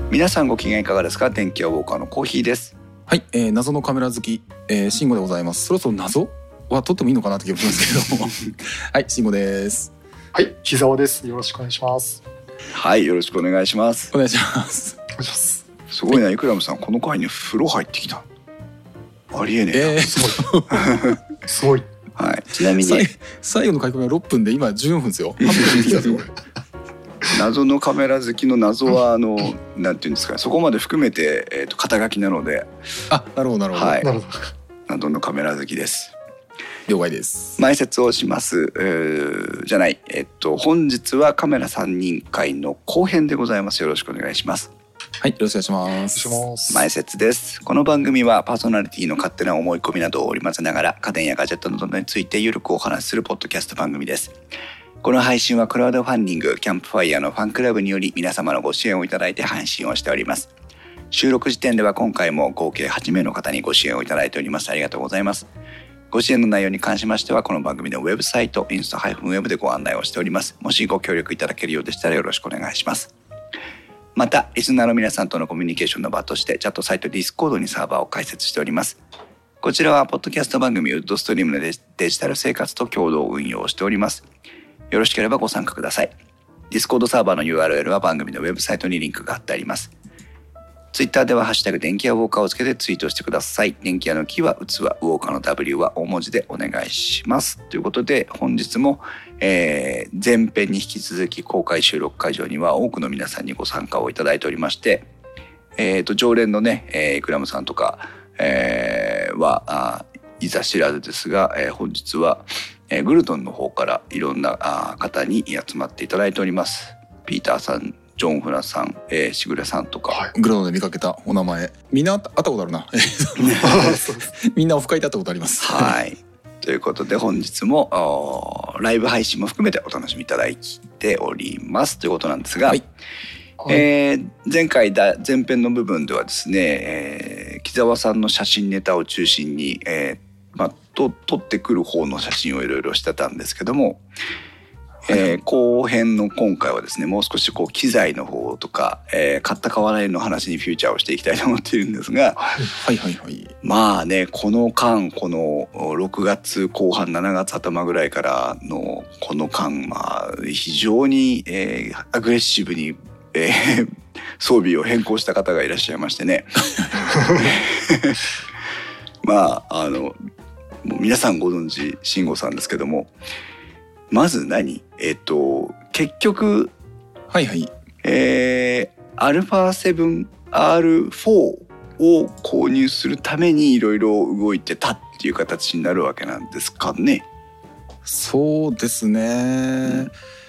皆さんご機嫌いかがですか？電気屋ウォーカーのコーヒーです。 はい、謎のカメラ好き、慎吾でございます。そろそろ謎は撮ってもいいのかなって気がしますけどもはい、慎吾です。 はい、木澤です。よろしくお願いします。 はい、よろしくお願いします。 お願いします。 お願いします。 すごいな、イクラムさん、この回に風呂入ってきた。ありえねえな。 すごい。 はい、ちなみに最後の書き込みは6分で今14分ですよ。8分できたんですよこれ。 謎のカメラ好きの謎はなんていうんですかね、そこまで含めて、肩書きなので。 あ、なるほどなるほど。 はい、 なるほど。 謎のカメラ好きです。 了解です。 前説をします。じゃない、本日はカメラ3人会の後編でございます。よろしくお願いします。 はい、よろしくお願いします。 前説です。この番組はパーソナリティの勝手な思い込みなどを織り交ぜながら家電やガジェットなどについてゆるくお話しするポッドキャスト番組です。この配信はクラウドファンディングキャンプファイヤーのファンクラブにより皆様のご支援をいただいて配信をしております。収録時点では今回も合計8名の方にご支援をいただいております。ありがとうございます。ご支援の内容に関しましてはこの番組のウェブサイトインスタ-webでご案内をしております。もしご協力いただけるようでしたらよろしくお願いします。またリスナーの皆さんとのコミュニケーションの場としてチャットサイト Discord にサーバーを開設しております。こちらはポッドキャスト番組ウッドストリームのデジタル生活と共同運用をしております。よろしければご参加ください。Discord サーバーの URL は番組のウェブサイトにリンクが貼ってあります。Twitter ではハッシュタグ電気屋ウォーカーをつけてツイートしてください。電気屋の木は器、ウォーカーの W は大文字でお願いします。ということで本日も、前編に引き続き公開収録会場には多くの皆さんにご参加をいただいておりまして、常連のね、イクラムさんとか、はいざ知らずですが、本日は、グルトンの方からいろんな方に集まっていただいております。ピーターさん、ジョンフラさん、しぐれさんとか、 はい、グルトンで見かけたお名前みんな会ったことあるなみんなオフ会で会ったことあります。 はい、ということで本日もライブ配信も含めてお楽しみいただいておりますということなんですが、はい、前回前編の部分ではですね、木澤さんの写真ネタを中心に、撮ってくる方の写真をいろいろしてたんですけども、後編の今回はですね、もう少しこう機材の方とか、買った買わないの話にフューチャーをしていきたいと思っているんですが、 はいはいはい。 まあね、この間この6月後半7月頭ぐらいからのこの間、非常に、アグレッシブに、装備を変更した方がいらっしゃいましてねもう皆さんご存知慎吾さんですけども、まず結局はいはい、 α7R4 を購入するためにいろいろ動いてたっていう形になるわけなんですかね。 そうですね、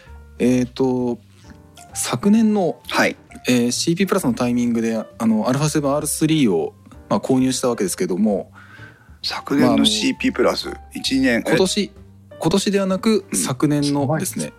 昨年の、はい、CP プラスのタイミングでα7R3 を、購入したわけですけども、 昨年の CP プラス1年今年ではなく昨年のですね、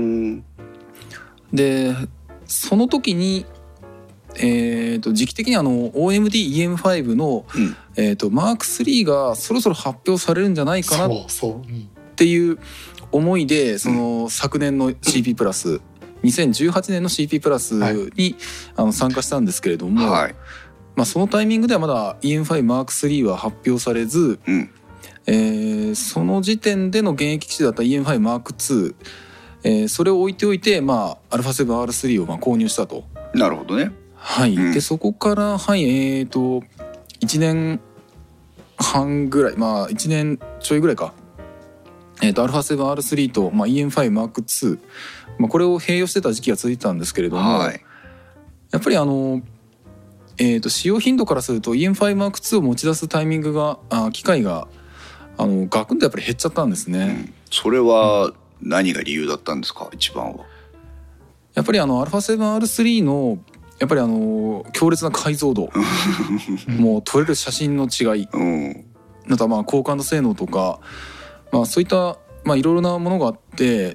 でその時に、時期的にOMD-EM5 の、M3 がそろそろ発表されるんじゃないかなっていう思いで、その昨年の CP プラス2018年の CP プラスに、参加したんですけれども、はい、そのタイミングではまだ EM5M3 は発表されず、その時点での現役機種だった EM5M2、それを置いておいて、α7R3 を購入したと。 なるほどね。 はい、でそこから、はい、1年半ぐらい、1年ちょいぐらいか、α7R3 と、EM5M2、これを併用してた時期が続いてたんですけれども、はい、やっぱり使用頻度からすると EM5M2 を持ち出すタイミングが機会がガクンとやっぱり減っちゃったんですね。 それは何が理由だったんですか？一番はやっぱりα7R3 のやっぱり強烈な解像度もう撮れる写真の違い、また高感度性能とか、そういったいろいろなものがあって、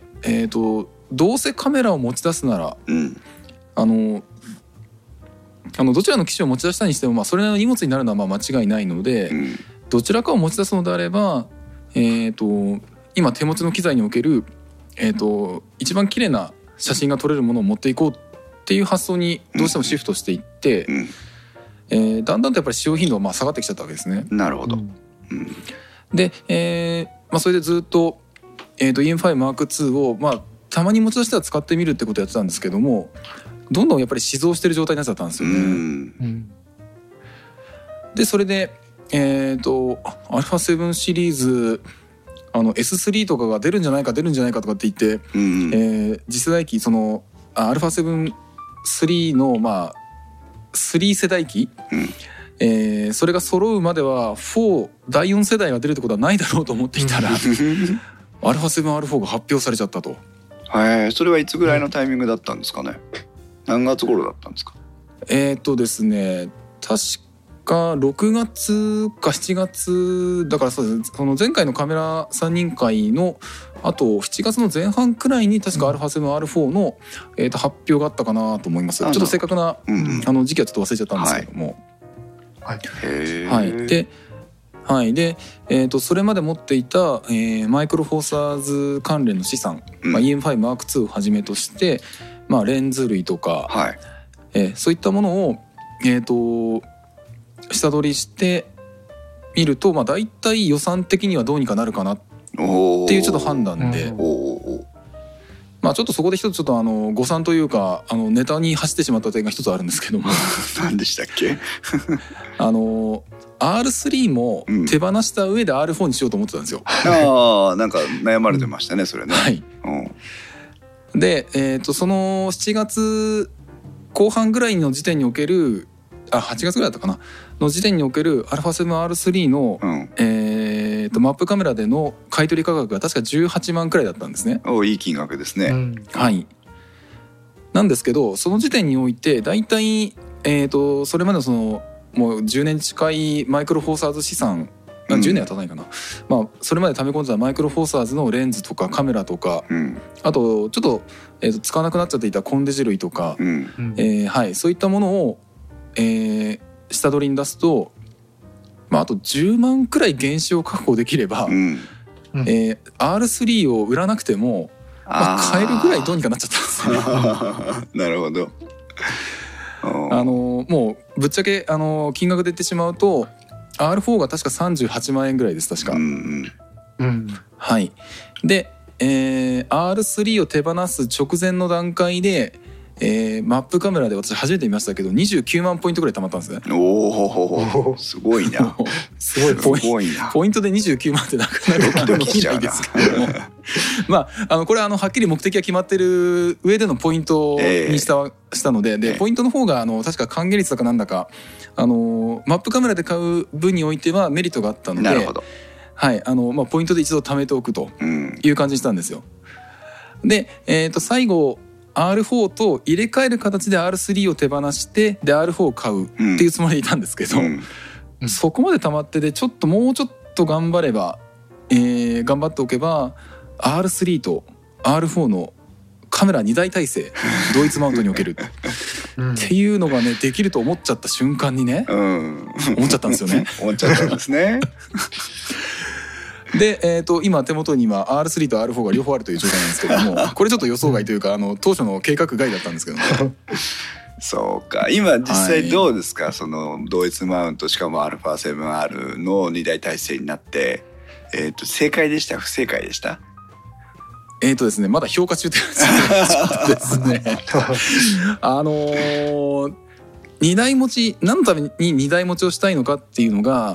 どうせカメラを持ち出すなら、どちらの機種を持ち出したにしても、それなりの荷物になるのは間違いないので、どちらかを持ち出すのであれば、今手持ちの機材における、一番綺麗な写真が撮れるものを持っていこうっっていう発想にどうしてもシフトしていって、だんだんとやっぱり使用頻度が下がってきちゃったわけですね。 なるほど。 で、それでずっと、EM5M2 を、たまに持ち出しては使ってみるってことをやってたんですけども、どんどんやっぱり死蔵してる状態になっちゃったんですよね。でそれでα7 シリーズS3 とかが出るんじゃないかとかって言って、次世代機そのα7 3の3世代機、それが揃うまでは4第4世代が出るってことはないだろうと思っていたらα7R4 が発表されちゃったと。 それはいつぐらいのタイミングだったんですかね。何月頃だったんですか。 ですね、確か6月か7月だから、そうです。その前回のカメラ3人会のあと7月の前半くらいに確か α7R4 の、発表があったかなと思います。ちょっと正確な、時期はちょっと忘れちゃったんですけども、で、それまで持っていた、マイクロフォーサーズ関連の資産、EM5M2 をはじめとして、レンズ類とか、そういったものを、下取りしてみると、だいたい予算的にはどうにかなるかなっていうちょっと判断で、ちょっとそこで一つちょっと誤算というかネタに走ってしまった点が一つあるんですけども何でしたっけ R3 も手放した上で R4 にしようと思ってたんですよ。 なんか悩まれてましたね、それね。 で、その7月後半ぐらいの時点における8月ぐらいだったかなの時点における α7R3 の、マップカメラでの買取価格が確か18万くらいだったんですね。 いい金額ですね。 なんですけど、その時点においてだいたいそれまでのそのもう10年近いマイクロフォーサーズ資産、10年は経たないかな、それまで溜め込んでたマイクロフォーサーズのレンズとかカメラとか、あとちょっと、使わなくなっちゃっていたコンデジ類とか、そういったものを、下取りに出すと、あと10万くらい減資を確保できれば、R3 を売らなくても、買えるぐらいどうにかなっちゃったんですよ。 なるほど。 もうぶっちゃけ金額で言ってしまうと R4 が確か38万円ぐらいです、確か。で、R3 を手放す直前の段階で、マップカメラで私初めて見ましたけど29万ポイントぐらい貯まったんですね。すごいな。すごいな。ポイントで29万ってなかなかできないですけどもこれははっきり目的が決まってる上でのポイントにしたので、ポイントの方が確か還元率だかなんだかマップカメラで買う分においてはメリットがあったので、ポイントで一度貯めておくという感じにしたんですよ。で、最後R4 と入れ替える形で R3 を手放してで R4 を買うっていうつもりでいたんですけど、そこまで溜まってでもうちょっと頑張れば、頑張っておけば R3 と R4 のカメラ2台体制同一マウントにおけるっていうのがねできると思っちゃった瞬間にね、思っちゃったんですよね。 思っちゃったんですね。 で、今手元にR3 と R4 が両方あるという状態なんですけどもこれちょっと予想外というか当初の計画外だったんですけどね。 そうか。今実際どうですか、その同一マウントしかも α7R の2台体制になって、正解でした不正解でした？ ですね、まだ評価中って感じですね。2台持ち何のために2台持ちをしたいのかっていうのが、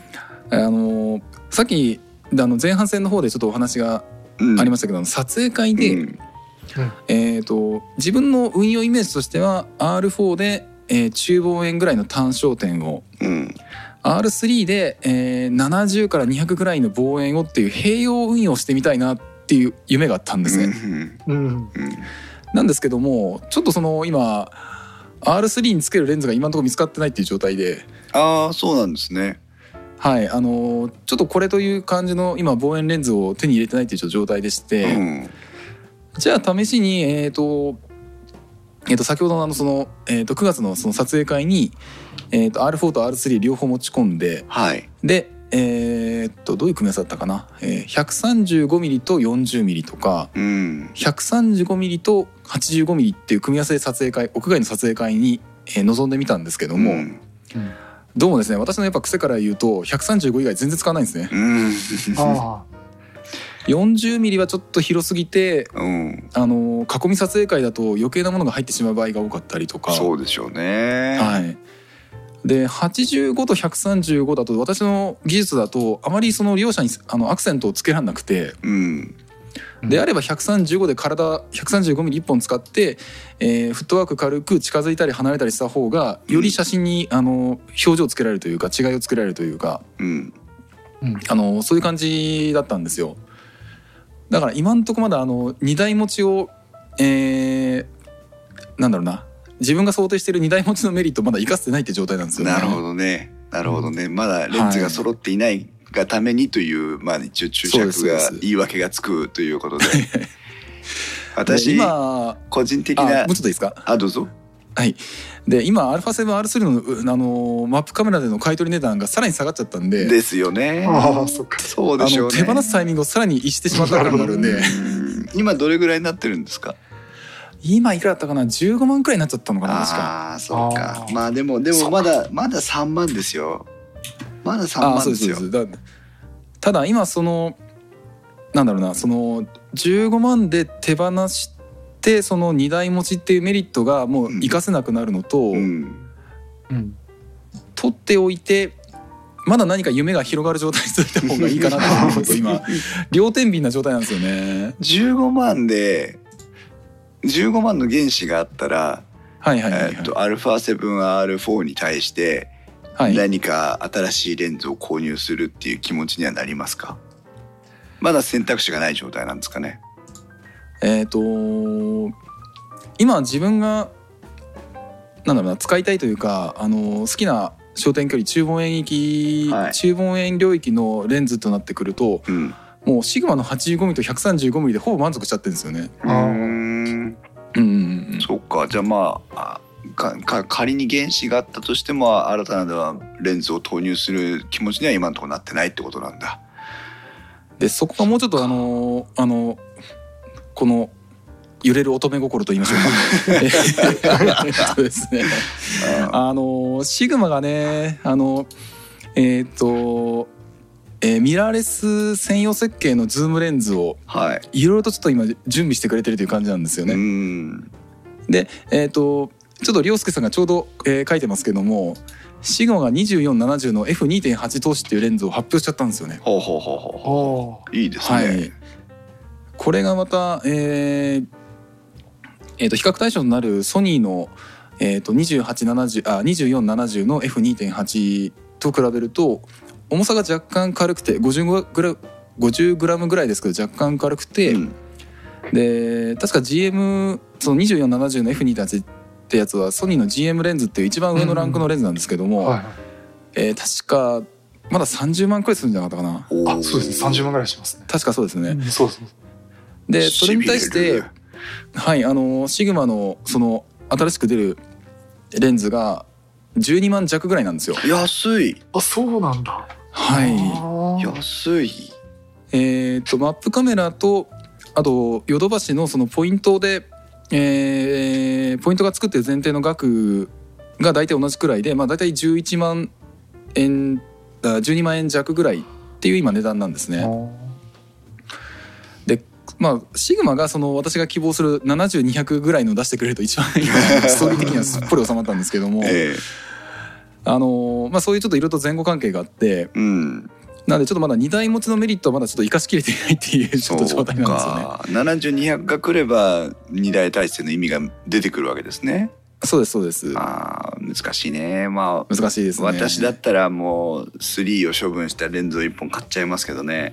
さっき前半戦の方でちょっとお話がありましたけど、撮影会で、自分の運用イメージとしては R4 で、中望遠ぐらいの単焦点を、R3 で、70から200ぐらいの望遠をっていう併用運用をしてみたいなっていう夢があったんですね。なんですけどもちょっとその今 R3 につけるレンズが今のところ見つかってないっていう状態で。 そうなんですね。 ちょっとこれという感じの今望遠レンズを手に入れてないっていう状態でして、じゃあ試しに先ほどの9月のその撮影会にR4 と R3 両方持ち込んで、でどういう組み合わせだったかな、135mm と 40mm とか、135mm と 85mm っていう組み合わせで撮影会、屋外の撮影会に臨んでみたんですけども、どうもですね、私のやっぱ癖から言うと135以外全然使わないんですね。40mm はちょっと広すぎて、囲み撮影会だと余計なものが入ってしまう場合が多かったりとか。 そうでしょうね。 はい。で85と135だと私の技術だとあまりその両者にアクセントをつけられなくて、であれば135で体 135mm1 本使って、フットワーク軽く近づいたり離れたりした方がより写真に表情をつけられるというか違いをつけられるというか、そういう感じだったんですよ。だから今んとこまだ2台持ちをなんだろうな、自分が想定している2台持ちのメリットまだ生かせてないって状態なんですよね。 なるほどね、なるほどね。まだレンズが揃っていないがためにという、まあ一応注釈が言い訳がつくということで私今個人的な、 もうちょっといいですか。 どうぞ。 はい。で今 α7R3 のマップカメラでの買い取り値段がさらに下がっちゃったんで。 ですよね。そうでしょうね。 手放すタイミングをさらに逸してしまった感があるんで今どれぐらいになってるんですか。 今いくらだったかな、15万くらいになっちゃったのかな、確か。 そうか。まあでもまだ3万ですよ。まだ3万ですよ。 ただ今なんだろうな、15万で手放してその2台持ちっていうメリットがもう活かせなくなるのと、取っておいてまだ何か夢が広がる状態にしといた方がいいかなと思うと今両天秤な状態なんですよね。 15万の原子があったら、α7R4 に対して何か新しいレンズを購入するっていう気持ちにはなりますか。まだ選択肢がない状態なんですかね。 今自分がなんだろうな、使いたいというか好きな焦点距離中望遠領域のレンズとなってくると、もうシグマの 85mm と 135mm でほぼ満足しちゃってるんですよね。 そっか。じゃあまあ仮に原子があったとしても新たなレンズを投入する気持ちには今のところなってないってことなんだ。 でそこがもうちょっとこの揺れる乙女心と言いましょうかそうですね、シグマがねミラーレス専用設計のズームレンズをいろいろとちょっと今準備してくれてるという感じなんですよね。でちょっと凌介さんがちょうど、書いてますけども、シグマが2470の F2.8 投資っていうレンズを発表しちゃったんですよね。 いいですね。 これがまた、比較対象となるソニーの、2470の F2.8 と比べると重さが若干軽くて50g ぐらいですけど若干軽くて、で確か GM その2470の F2.8 ってやつはソニーの GM レンズっていう一番上のランクのレンズなんですけども、確かまだ30万くらいするんじゃなかったかな。 そうですね、30万ぐらいしますね。 確かそうですね。 でそれに対してシグマのその新しく出るレンズが12万弱ぐらいなんですよ。 安い。 そうなんだ。 安い。 マップカメラとあとヨドバシのそのポイントで、ポイントが作ってる前提の額が大体同じくらいで、大体11万円12万円弱ぐらいっていう今値段なんですね。でシグマがその私が希望する70-200ぐらいの出してくれると一番ストーリー的にはすっぽり収まったんですけども、そういうちょっといろいろと前後関係があって、なのでちょっとまだ2台持ちのメリットはまだちょっと生かしきれていないっていうちょっと状態なんですよね。 70-200が来れば2台体制の意味が出てくるわけですね。 そうですそうです。 難しいね。 難しいですね。 私だったらもう3を処分したレンズを1本買っちゃいますけどね。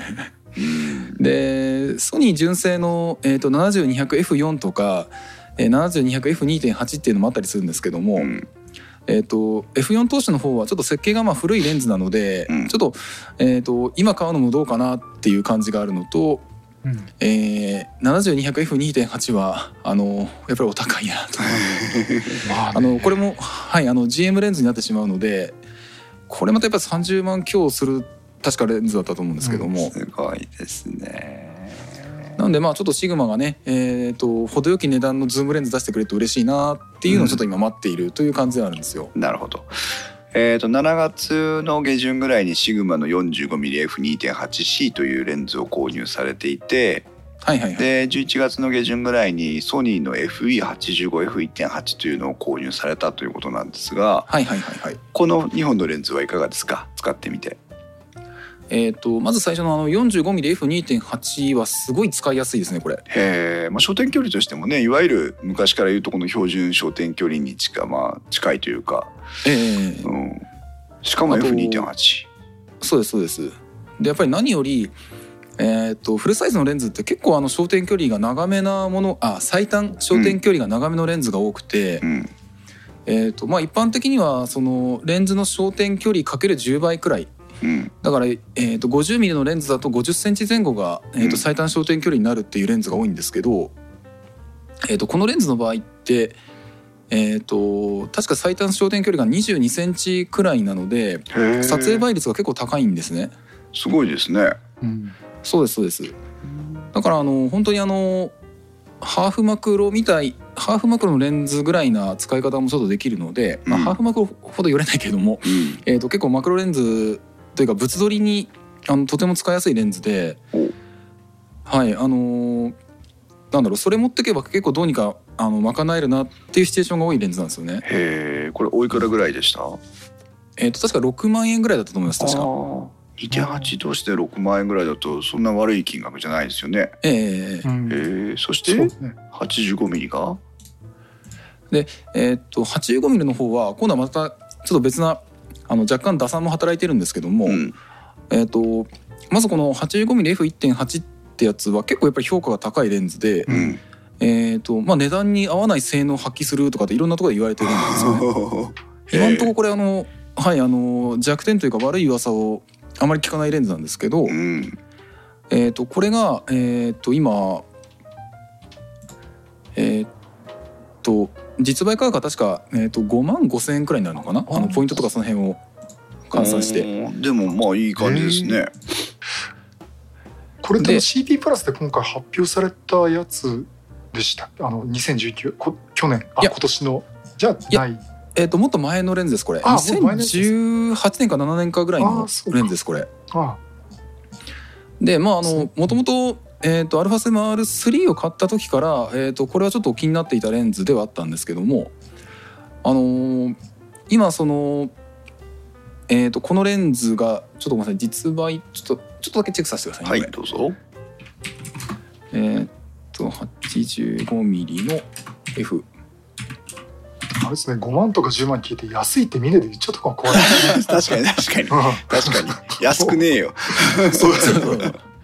でソニー純正の、70-200F4 とか、70-200F2.8 っていうのもあったりするんですけども、F4 投資の方はちょっと設計が古いレンズなので、ちょっと、今買うのもどうかなっていう感じがあるのと、70-200F2.8 はやっぱりお高いなとこれも、GM レンズになってしまうので、 これまたやっぱり30万強する確かレンズだったと思うんですけども、 すごいですね。 なんでちょっとシグマがね、程よき値段のズームレンズ出してくれると嬉しいなっていうのをちょっと今待っているという感じであるんですよ。 なるほど。7月の下旬ぐらいにシグマの 45mmF2.8C というレンズを購入されていて、 はいはいはい、 で11月の下旬ぐらいにソニーの FE85F1.8 というのを購入されたということなんですが、 はいはいはいはい、 この2本のレンズはいかがですか、使ってみて。 まず最初の45mmF2.8 はすごい使いやすいですねこれ。 焦点距離としてもね、いわゆる昔から言うとこの標準焦点距離に近いというか、しかも F2.8。 そうですそうです。でやっぱり何よりフルサイズのレンズって結構焦点距離が長めなもの、最短焦点距離が長めのレンズが多くて、一般的にはそのレンズの焦点距離かける10倍くらい、だから、50mm のレンズだと50センチ前後が、最短焦点距離になるっていうレンズが多いんですけど、このレンズの場合って、確か最短焦点距離が22センチくらいなので撮影倍率が結構高いんですね。 すごいですね。 そうですそうです。だから本当にハーフマクロのレンズぐらいな使い方もちょっとできるので、ハーフマクロほど寄れないけども、結構マクロレンズというか物撮りにとても使いやすいレンズで、はいそれ持ってけば結構どうにか賄えるなっていうシチュエーションが多いレンズなんですよね。 これおいくらぐらいでした？ 確か6万円ぐらいだったと思います。確か 2.8 として6万円ぐらいだとそんな悪い金額じゃないですよね。そして 85mm がで、85mm の方は今度はまたちょっと別な若干打算も働いてるんですけども、まずこの 85mmF1.8 ってやつは結構やっぱり評価が高いレンズで、値段に合わない性能を発揮するとかっていろんなところで言われてるんですよね。今のところこれ弱点というか悪い噂をあまり聞かないレンズなんですけど、これが今実売価格は確か5万5,000円くらいになるのかな、ポイントとかその辺を換算して。 でもいい感じですね。 これってCP プラスで今回発表されたやつでした。2019去年今年のじゃない。 もっと前のレンズですこれ。2018年か7年かぐらいのレンズですこれ。でもともとα7R3 を買った時から、これはちょっと気になっていたレンズではあったんですけども、今そのこのレンズがちょっとごめんなさい、実売ちょっとだけチェックさせてくださいね。 はい、どうぞ。 85mm の F。 あれですね、5万とか10万聞いて安いって見れる言っちゃったかも怖い。 確かに安くねえよ。 そうですよ。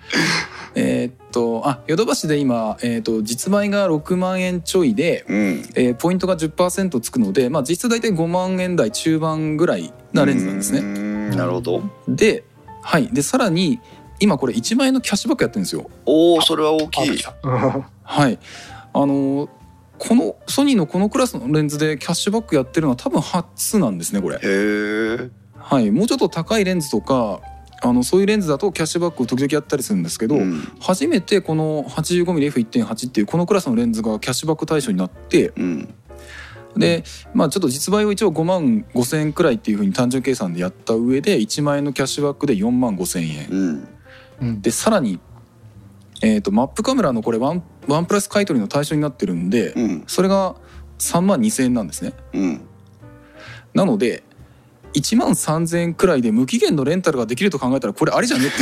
ヨドバシで今、実売が6万円ちょいで、ポイントが 10% つくので、実質大体5万円台中盤ぐらいなレンズなんですね。 なるほど。 でさらに今これ1万円のキャッシュバックやってるんですよ。 それは大きい。 はい、このソニーのこのクラスのレンズでキャッシュバックやってるのは多分初なんですねこれ。もうちょっと高いレンズとかそういうレンズだとキャッシュバックを時々やったりするんですけど、初めてこの 85mmF1.8 っていうこのクラスのレンズがキャッシュバック対象になって、でちょっと実売を一応5万5,000円くらいっていうふうに単純計算でやった上で1万円のキャッシュバックで4万5,000円、でさらに、マップカメラのこれワンプラス買い取りの対象になってるんで、それが3万2,000円なんですね。なので1万3,000円くらいで無期限のレンタルができると考えたらこれありじゃねって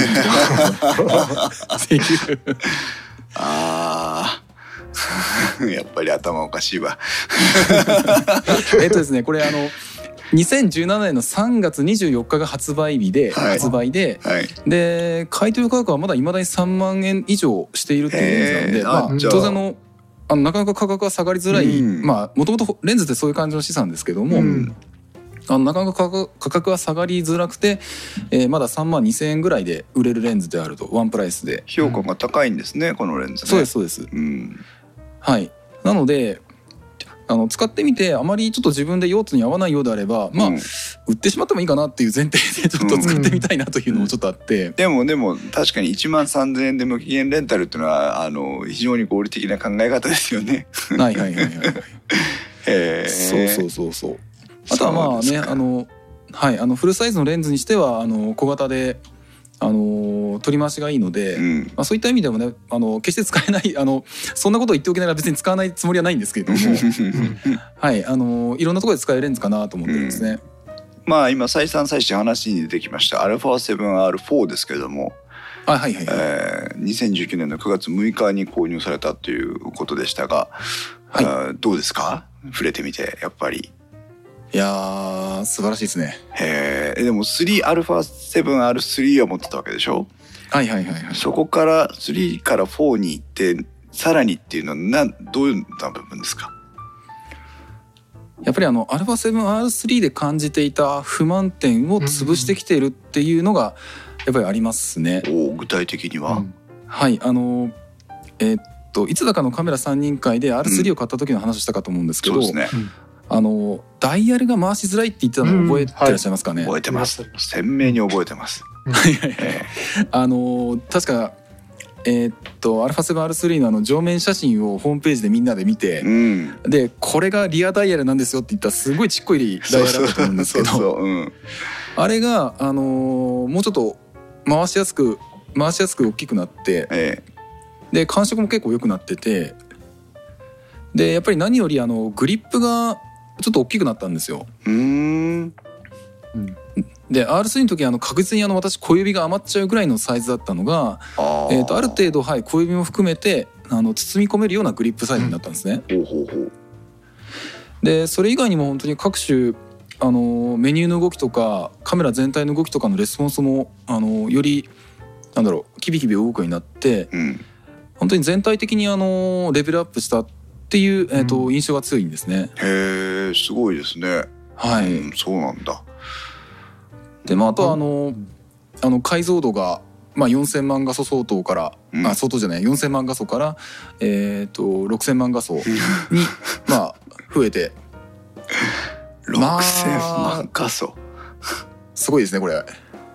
いうやっぱり頭おかしいわ。 ですね、これ2017年の3月24日が発売日で、で買い取り価格はまだいまだに3万円以上しているっていうレンズなので、当然なかなか価格は下がりづらい、もともとレンズってそういう感じの資産ですけども、なかなか価格は下がりづらくて、まだ3万2,000円ぐらいで売れるレンズであると。ワンプライスで評価が高いんですねこのレンズね。 そうですそうです、なので使ってみてあまりちょっと自分で用途に合わないようであれば、まあ、売ってしまってもいいかなっていう前提でちょっと使ってみたいなというのもちょっとあって、 でも確かに13,000円で無期限レンタルっていうのは非常に合理的な考え方ですよね。 はいはいはいはいそうあとはまあねフルサイズのレンズにしては小型で取り回しがいいので、まあ、そういった意味でもね決して使えないそんなことを言っておきながら別に使わないつもりはないんですけれどもはいいろんなところで使えるレンズかなと思ってるんですね。 まあ今再三再四話に出てきました α7R4 ですけれども、2019年の9月6日に購入されたということでしたが、どうですか？触れてみてやっぱり。 いや素晴らしいですね。 でも α7R3 は持ってたわけでしょ？そこから3から4に行ってさらにっていうのはどういう部分ですか？ やっぱりα7R3 で感じていた不満点を潰してきているっていうのがやっぱりありますね。 具体的には、 いつだかのカメラ3人会で R3 を買った時の話をしたかと思うんですけど、 そうですね。 ダイヤルが回しづらいって言ってたのを覚えてらっしゃいますかね？ 覚えてます。鮮明に覚えてます。 確かα7R3 の上面写真をホームページでみんなで見て、でこれがリアダイヤルなんですよって言ったらすごいちっこいダイヤルだったと思うんですけど、あれがもうちょっと回しやすく大きくなって、で感触も結構良くなってて、でやっぱり何よりグリップがちょっと大きくなったんですよ。で R3 の時確実に私小指が余っちゃうぐらいのサイズだったのがある程度、小指も含めて包み込めるようなグリップサイズになったんですね。でそれ以外にも本当に各種メニューの動きとかカメラ全体の動きとかのレスポンスもよりキビキビ動くようになって、本当に全体的にレベルアップしたっていう、印象が強いんですね。 へえ、すごいですね。そうなんだ。 であとは解像度が、4000万画素相当から、相当じゃない4000万画素から、6000万画素に増えて 6000万画素、 すごいですねこれ。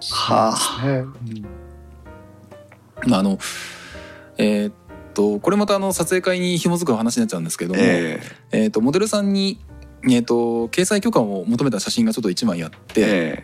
これまた撮影会に紐づく話になっちゃうんですけども、モデルさんに、掲載許可を求めた写真がちょっと1枚あって、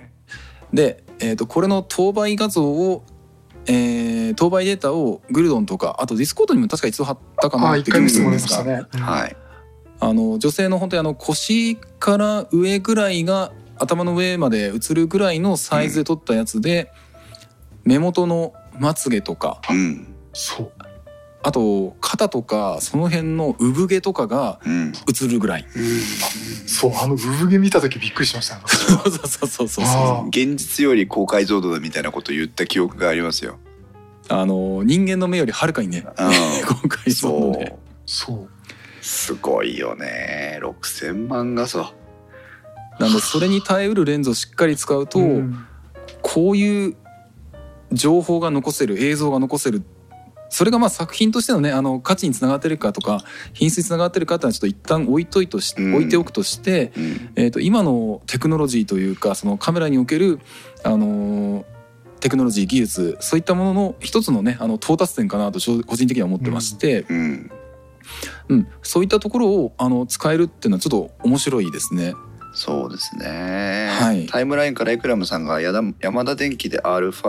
で、これの当倍画像を、当倍データをグルドンとかあとディスコードにも確か一度貼ったかなって気がするんですが、女性の本当に腰から上ぐらいが頭の上まで映るぐらいのサイズで撮ったやつで、目元のまつげとか、あと肩とかその辺の産毛とかが映るぐらい、 産毛見た時びっくりしましたね。 そう現実より高解像度だみたいなことを言った記憶がありますよ。 人間の目よりはるかにね高解像度で、 すごいよね。6000万画素なので、それに耐えうるレンズをしっかり使うと、こういう情報が残せる、映像が残せる、それが作品としてのね価値につながってるかとか品質につながってるかっていうのはちょっと一旦置いておくとして、今のテクノロジーというかそのカメラにおけるテクノロジー技術、そういったものの一つのね到達点かなと個人的には思ってまして、そういったところを使えるっていうのはちょっと面白いですね。 そうですね、タイムラインからエクラムさんがヤマダ電機で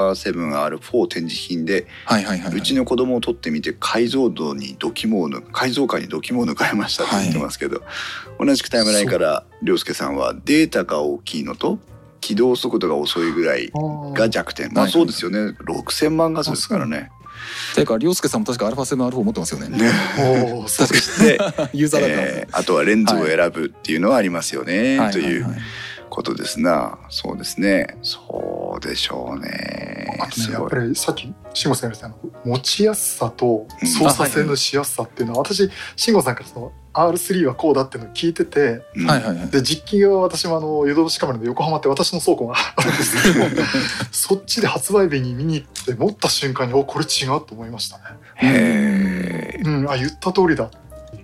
α7R4 展示品でうちの子供を撮ってみて解像感に度肝を抜かれましたって言ってますけど、同じくタイムラインから涼介さんはデータが大きいのと起動速度が遅いぐらいが弱点。そうですよね。6000万画素ですからね。 てか涼介さんも確か α7R4 持ってますよね。 そしてユーザーだから、 あとはレンズを選ぶっていうのはありますよね、ということですな。そうですね。そうでしょうね。 あとね、やっぱりさっき慎吾さんが言った持ちやすさと操作性のしやすさっていうのは、私慎吾さんからその R3 はこうだっていうのを聞いてて、で実機は私もヨドバシカメラの横浜って私の倉庫があるんですけどそっちで発売日に見に行って持った瞬間にこれ違うと思いましたね。 へえ、 言った通りだっていう。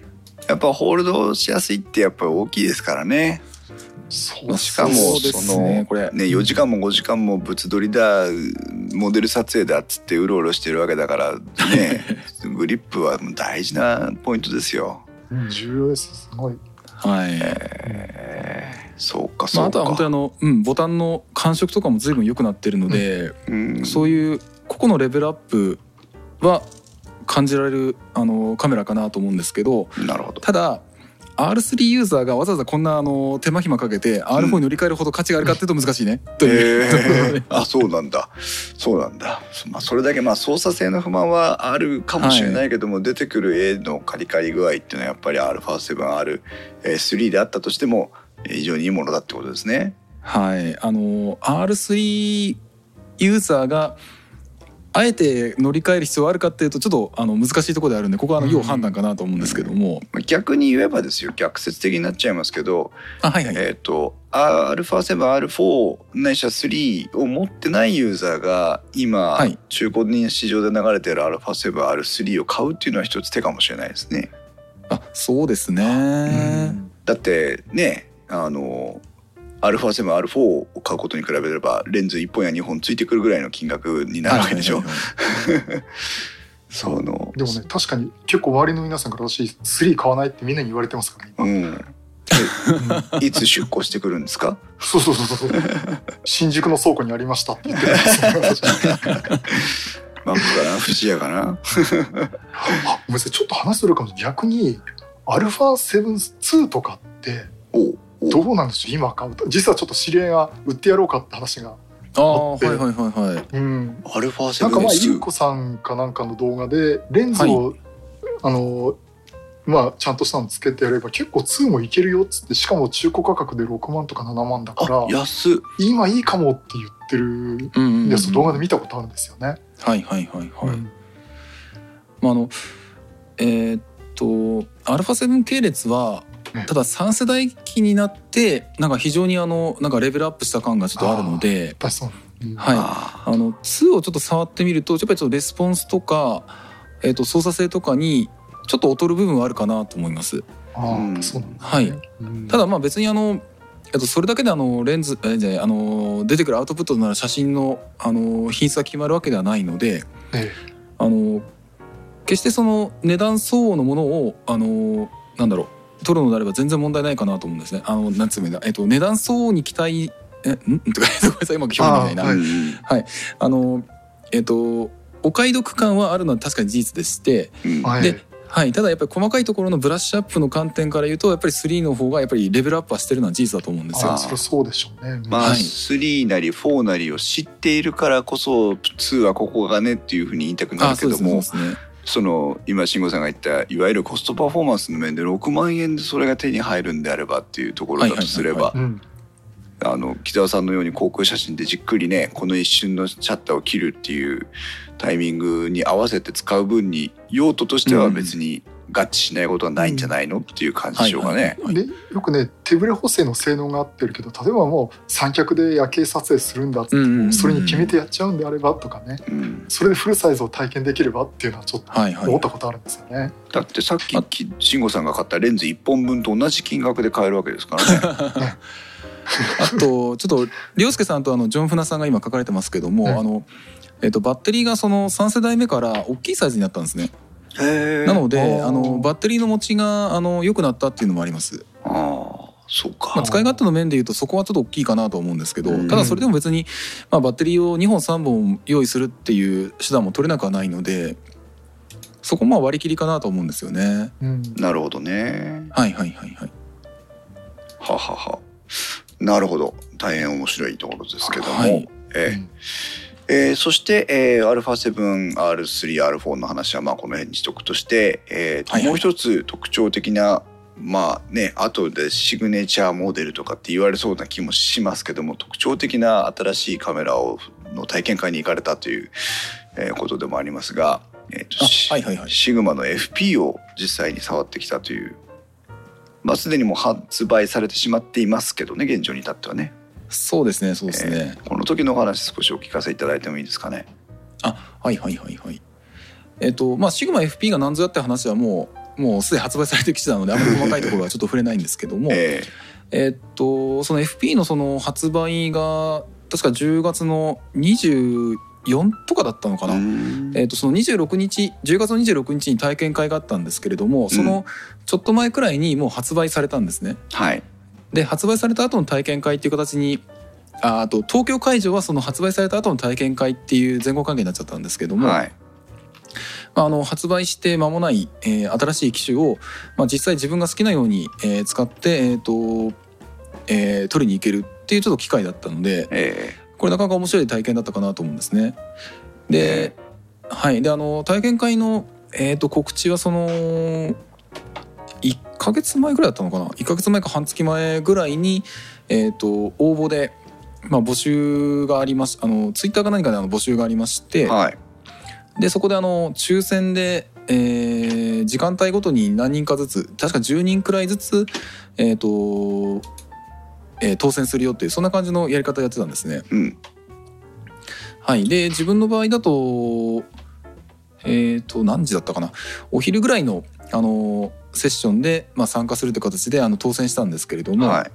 やっぱホールドしやすいってやっぱり大きいですからね。 そうしかもこれね、4時間も5時間も物撮りだモデル撮影だっつってうろうろしてるわけだからねグリップは大事なポイントですよ。 重要です。すごい。 はい。 そうかそうか。 あとは本当にボタンの感触とかも随分良くなってるので、そういう個々のレベルアップは感じられるカメラかなと思うんですけど、 なるほど。 ただR3 ユーザーがわざわざこんな手間暇かけて R4 に乗り換えるほど価値があるかっていうと難しいね、という、 あ、そうなんだ。そうなんだ。それだけ操作性の不満はあるかもしれないけども、出てくる絵のカリカリ具合っていうのはやっぱり α7R3 であったとしても非常にいいものだってことですね。 はい。R3 ユーザーがあえて乗り換える必要はあるかっていうとちょっと難しいところであるんで、ここは要判断かなと思うんですけども、 逆に言えばですよ、逆説的になっちゃいますけど、α7R4 ないしは3を持ってないユーザーが今、中古に市場で流れている α7R3 を買うっていうのは一つ手かもしれないですね。 そうですね。 だってね、α7R4 を買うことに比べればレンズ1本や2本ついてくるぐらいの金額になるわけでしょ。 でもね、確かに結構周りの皆さんから私3買わないってみんなに言われてますからね、 今。いつ出庫してくるんですか？ そう新宿の倉庫にありましたって言ってるんですよ。 マップかな、富士屋かな。 ごめんなさい、ちょっと話するかも。逆に α7-2 とかってどうなんでしょう。今買うと実はちょっと知り合いが売ってやろうかって話があって、なんかゆうこさんかなんかの動画でレンズを、ちゃんとしたのつけてやれば結構2もいけるよっつって、しかも中古価格で6万とか7万だから安っ、 今いいかもって言ってるやつを動画で見たことあるんですよね。 α7 系列はただ3世代機になってなんか非常になんかレベルアップした感がちょっとあるので、2をちょっと触ってみるとやっぱりちょっとレスポンスとか、操作性とかにちょっと劣る部分はあるかなと思います。ただ別にそれだけでレンズ出てくるアウトプットなら写真の品質が決まるわけではないので、決してその値段相応のものを取るのであれば全然問題ないかなと思うんですね。なんつうのだ、値段相応に期待ごめんなさい、うまく表現できないな。お買い得感はあるのは確かに事実でして、ただやっぱり細かいところのブラッシュアップの観点から言うとやっぱり3の方がやっぱりレベルアップはしてるのは事実だと思うんですよ。 それそうでしょうね。 3なり4なりを知っているからこそ2はここがねっていうふうに言いたくなるけども、今慎吾さんが言ったいわゆるコストパフォーマンスの面で6万円でそれが手に入るんであればっていうところだとすれば、木澤さんのように航空写真でじっくりね、この一瞬のシャッターを切るっていうタイミングに合わせて使う分に用途としては別に合致しないことはないんじゃないのっていう感じでしょうかね。 でよくね、手ブレ補正の性能が合ってるけど、例えばもう三脚で夜景撮影するんだって、それに決めてやっちゃうんであればとかね、それでフルサイズを体験できればっていうのはちょっと思ったことあるんですよね。 だってさっき慎吾さんが買ったレンズ1本分と同じ金額で買えるわけですからね。 あとちょっと凌介さんとジョン・フナさんが今書かれてますけども、バッテリーがその3世代目から大きいサイズになったんですね。なのでバッテリーの持ちが良くなったっていうのもあります。 そうか。 使い勝手の面でいうとそこはちょっと大きいかなと思うんですけど、ただそれでも別にバッテリーを2本3本用意するっていう手段も取れなくはないので、そこ割り切りかなと思うんですよね。 なるほどね。なるほど。大変面白いところですけども、そして、α7R3R4 の話はこの辺にしとくとして、もう一つ特徴的な後でシグネチャーモデルとかって言われそうな気もしますけども、特徴的な新しいカメラの体験会に行かれたという、ことでもありますが、シグマの FP を実際に触ってきたという、すでにもう発売されてしまっていますけどね、現状に至ってはね。 そうですね。 この時のお話少しお聞かせいただいてもいいですかね。 シグマ FP が何ぞやって話はももうすでに発売されてる機種なのであまり細かいところはちょっと触れないんですけども、その FP のその発売が確か10月の24とかだったのかな。その26日10月の26日に体験会があったんですけれども、そのちょっと前くらいにもう発売されたんですね。 はい。 で発売された後の体験会っていう形にあと東京会場はその発売された後の体験会っていう前後関係になっちゃったんですけども、はい、発売して間もない、新しい機種を、実際自分が好きなように、使って、取りに行けるっていうちょっと機会だったので、これなかなか面白い体験だったかなと思うんですね。で、はい、で体験会の、告知はその1ヶ月前ぐらいだったのかな。1ヶ月前か半月前ぐらいに、応募で、募集がありましツイッターか何かで募集がありまして、はい、でそこで抽選で、時間帯ごとに何人かずつ確か10人くらいずつ、当選するよっていうそんな感じのやり方やってたんですね。うん、はい、で自分の場合だと何時だったかな、お昼ぐらいの、セッションで、参加するという形で当選したんですけれども、はい、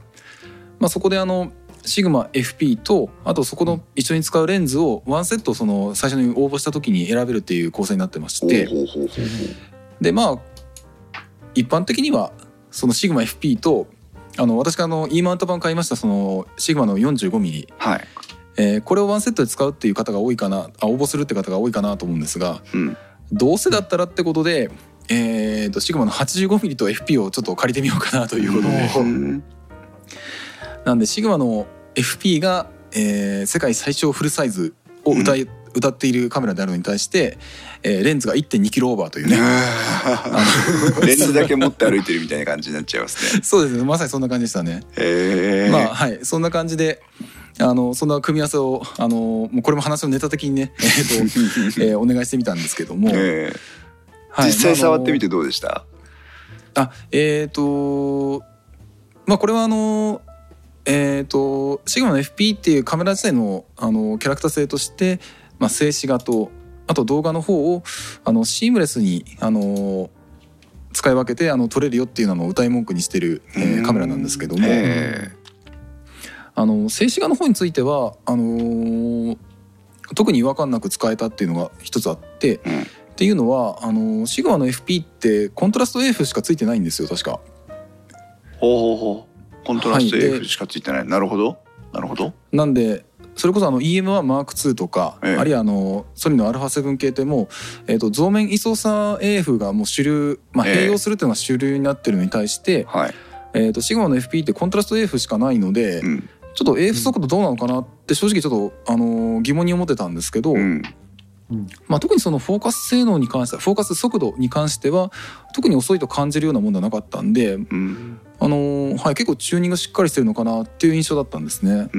そこでシグマ FP とあとそこの一緒に使うレンズをワンセットその最初に応募した時に選べるっていう構成になってまして、で一般的にはそのシグマ FP と私がEマウント版買いましたそのシグマの 45mm、はい、これをワンセットで使うっていう方が多いかな、応募するって方が多いかなと思うんですが、どうせだったらってことで、シグマの 85mm と FP をちょっと借りてみようかなということで、なんでシグマの FP が、世界最小フルサイズを歌っているカメラであるのに対して、レンズが 1.2kg オーバーというねレンズだけ持って歩いてるみたいな感じになっちゃいますね。 そうですね、まさにそんな感じでしたね。はい、そんな感じでそんな組み合わせをもうこれも話のネタ的にね、お願いしてみたんですけども、 はい、実際触ってみてどうでした？ これはシグマの FP っていうカメラ自体のキャラクター性として、静止画とあと動画の方をシームレスに使い分けて撮れるよっていうのを歌い文句にしてる、カメラなんですけども、静止画の方については特に違和感なく使えたっていうのが一つあって、っていうのはシグマの FP ってコントラスト AF しかついてないんですよ確か。 コントラスト AF しかついてない、なるほどなるほど。 なんでそれこそEM1 M2 とか、あるいはソニーの α7 系ってもう、増面位相差 AF がもう主流、併用するっていうのが主流になってるのに対して、シグマの FP ってコントラスト AF しかないので、ちょっと AF 速度どうなのかなって正直ちょっと、疑問に思ってたんですけど、特にそのフォーカス性能に関してはフォーカス速度に関しては特に遅いと感じるようなものではなかったんで、結構チューニングしっかりしてるのかなっていう印象だったんですね。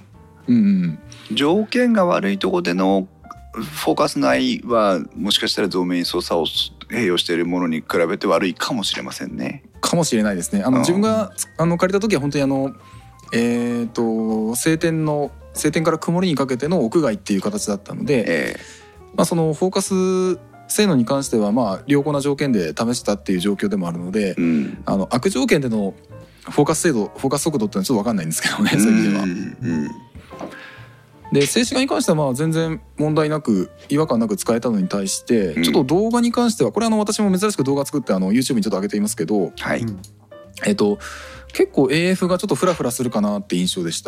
条件が悪いところでのフォーカス内はもしかしたら増面位相差を併用しているものに比べて悪いかもしれませんね。 かもしれないですね。自分が借りた時は本当に晴天から曇りにかけての屋外っていう形だったので、そのフォーカス性能に関しては良好な条件で試したっていう状況でもあるので、悪条件でのフォーカス精度フォーカス速度ってのはちょっと分かんないんですけどね、そういう意味では。で静止画に関しては全然問題なく違和感なく使えたのに対して、ちょっと動画に関してはこれ私も珍しく動画作ってYouTube にちょっと上げていますけど、結構 AF がちょっとフラフラするかなって印象でした。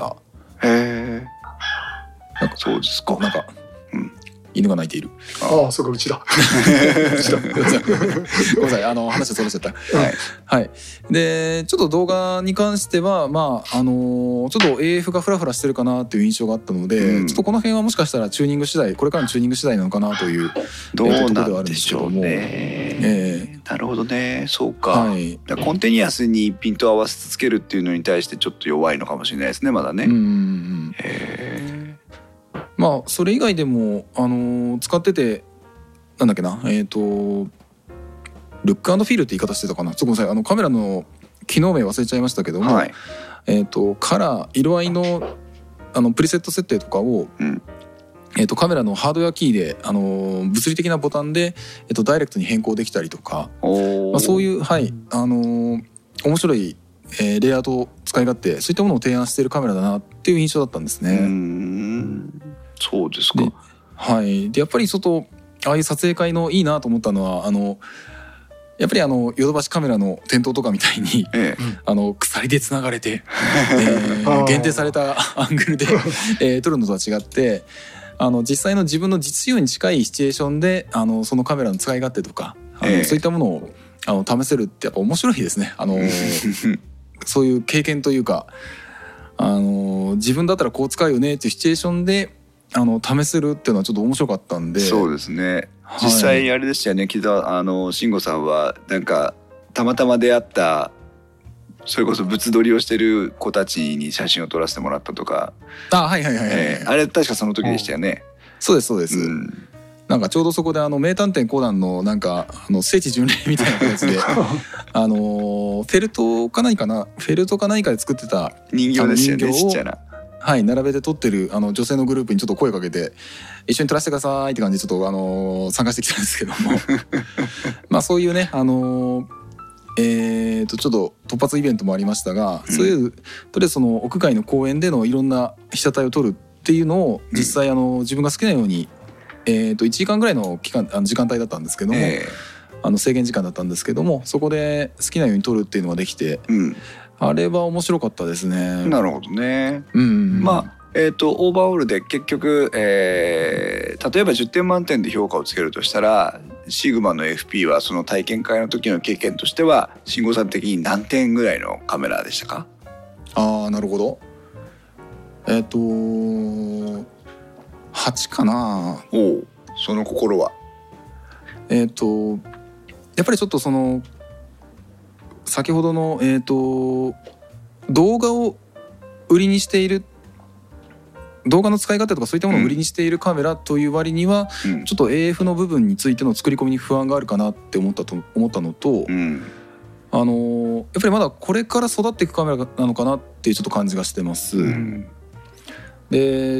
そうですか。 犬が鳴いている。 そうか、うちだ。 ごめんなさい、話それちゃった。はい。で、ちょっと動画に関しては、ちょっと AF がフラフラしてるかなっていう印象があったので、ちょっとこの辺はもしかしたらチューニング次第、これからのチューニング次第なのかなというどうなんでしょうね。なるほどね、そうか。コンティニュアスにピントを合わせつけるっていうのに対してちょっと弱いのかもしれないですね、まだね。 それ以外でも使っててなんだっけな、ルック&フィールって言い方してたかな。ごめんなさい、カメラの機能名忘れちゃいましたけども、カラー色合いのプリセット設定とかを、 カメラのハードウェアキーで、物理的なボタンで、ダイレクトに変更できたりとか、そういう、面白い、レイアウト使い勝手、そういったものを提案しているカメラだなっていう印象だったんですね。 そうですか。 でやっぱりああいう撮影会のいいなと思ったのはやっぱりヨドバシカメラの店頭とかみたいに、鎖でつながれて、限定されたアングルで、撮るのとは違って、実際の自分の実用に近いシチュエーションでそのカメラの使い勝手とかそういったものを試せるってやっぱ面白いですね。そういう経験というか自分だったらこう使うよねっていうシチュエーションで試せるっていうのはちょっと面白かったんで。 そうですね。実際あれでしたよね。木澤慎吾さんはなんかたまたま出会ったそれこそ物撮りをしてる子たちに写真を撮らせてもらったとか。 あれ確かその時でしたよね。 そうですそうです。なんかちょうどそこで名探偵コナンのなんか聖地巡礼みたいな形でフェルトか何かで作ってた人形ですよね。ちっちゃな。 並べて撮ってる女性のグループにちょっと声かけて一緒に撮らせてくださいって感じでちょっと参加してきたんですけどもそういうねちょっと突発イベントもありましたが、そういうとりあえずその屋外の公園でのいろんな被写体を撮るっていうのを実際自分が好きなように1時間ぐらいの時間帯だったんですけども、制限時間だったんですけども、そこで好きなように撮るっていうのができて、あれは面白かったですね。 なるほどね。オーバーオールで結局、例えば10点満点で評価をつけるとしたらシグマの FP はその体験会の時の経験としては慎吾さん的に何点ぐらいのカメラでしたか？ なるほど。8かな。 その心は？ やっぱりちょっと先ほどの動画を売りにしている、動画の使い勝手とかそういったものを売りにしているカメラという割には、ちょっと AF の部分についての作り込みに不安があるかなって思ったのと、やっぱりまだこれから育っていくカメラなのかなっていうちょっと感じがしてます。で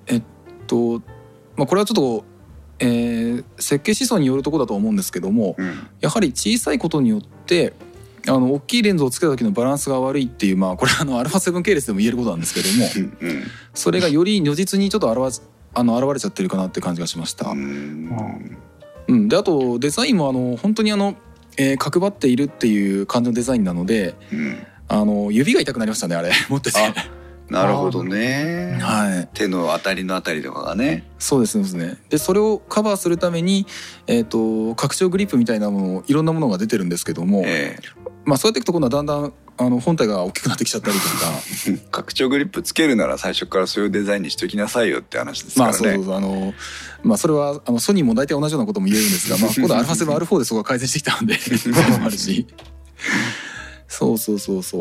これはちょっと、設計思想によるところだと思うんですけども、やはり小さいことによって大きいレンズをつけた時のバランスが悪いっていう、これα7 系列でも言えることなんですけどもそれがより如実にちょっと現れちゃってるかなって感じがしました。であとデザインも本当に角張っているっていう感じのデザインなので、指が痛くなりましたね、あれ持ってて。 なるほどね。手の当たりのあたりとかがね。 そうですね。でそれをカバーするために拡張グリップみたいなもの、いろんなものが出てるんですけども、そうやっていくと今度はだんだん本体が大きくなってきちゃったりとか拡張グリップつけるなら最初からそういうデザインにしときなさいよって話ですからね。それはソニーも大体同じようなことも言えるんですが、今度α7、α4 でそこが改善してきたのであるしそうちょ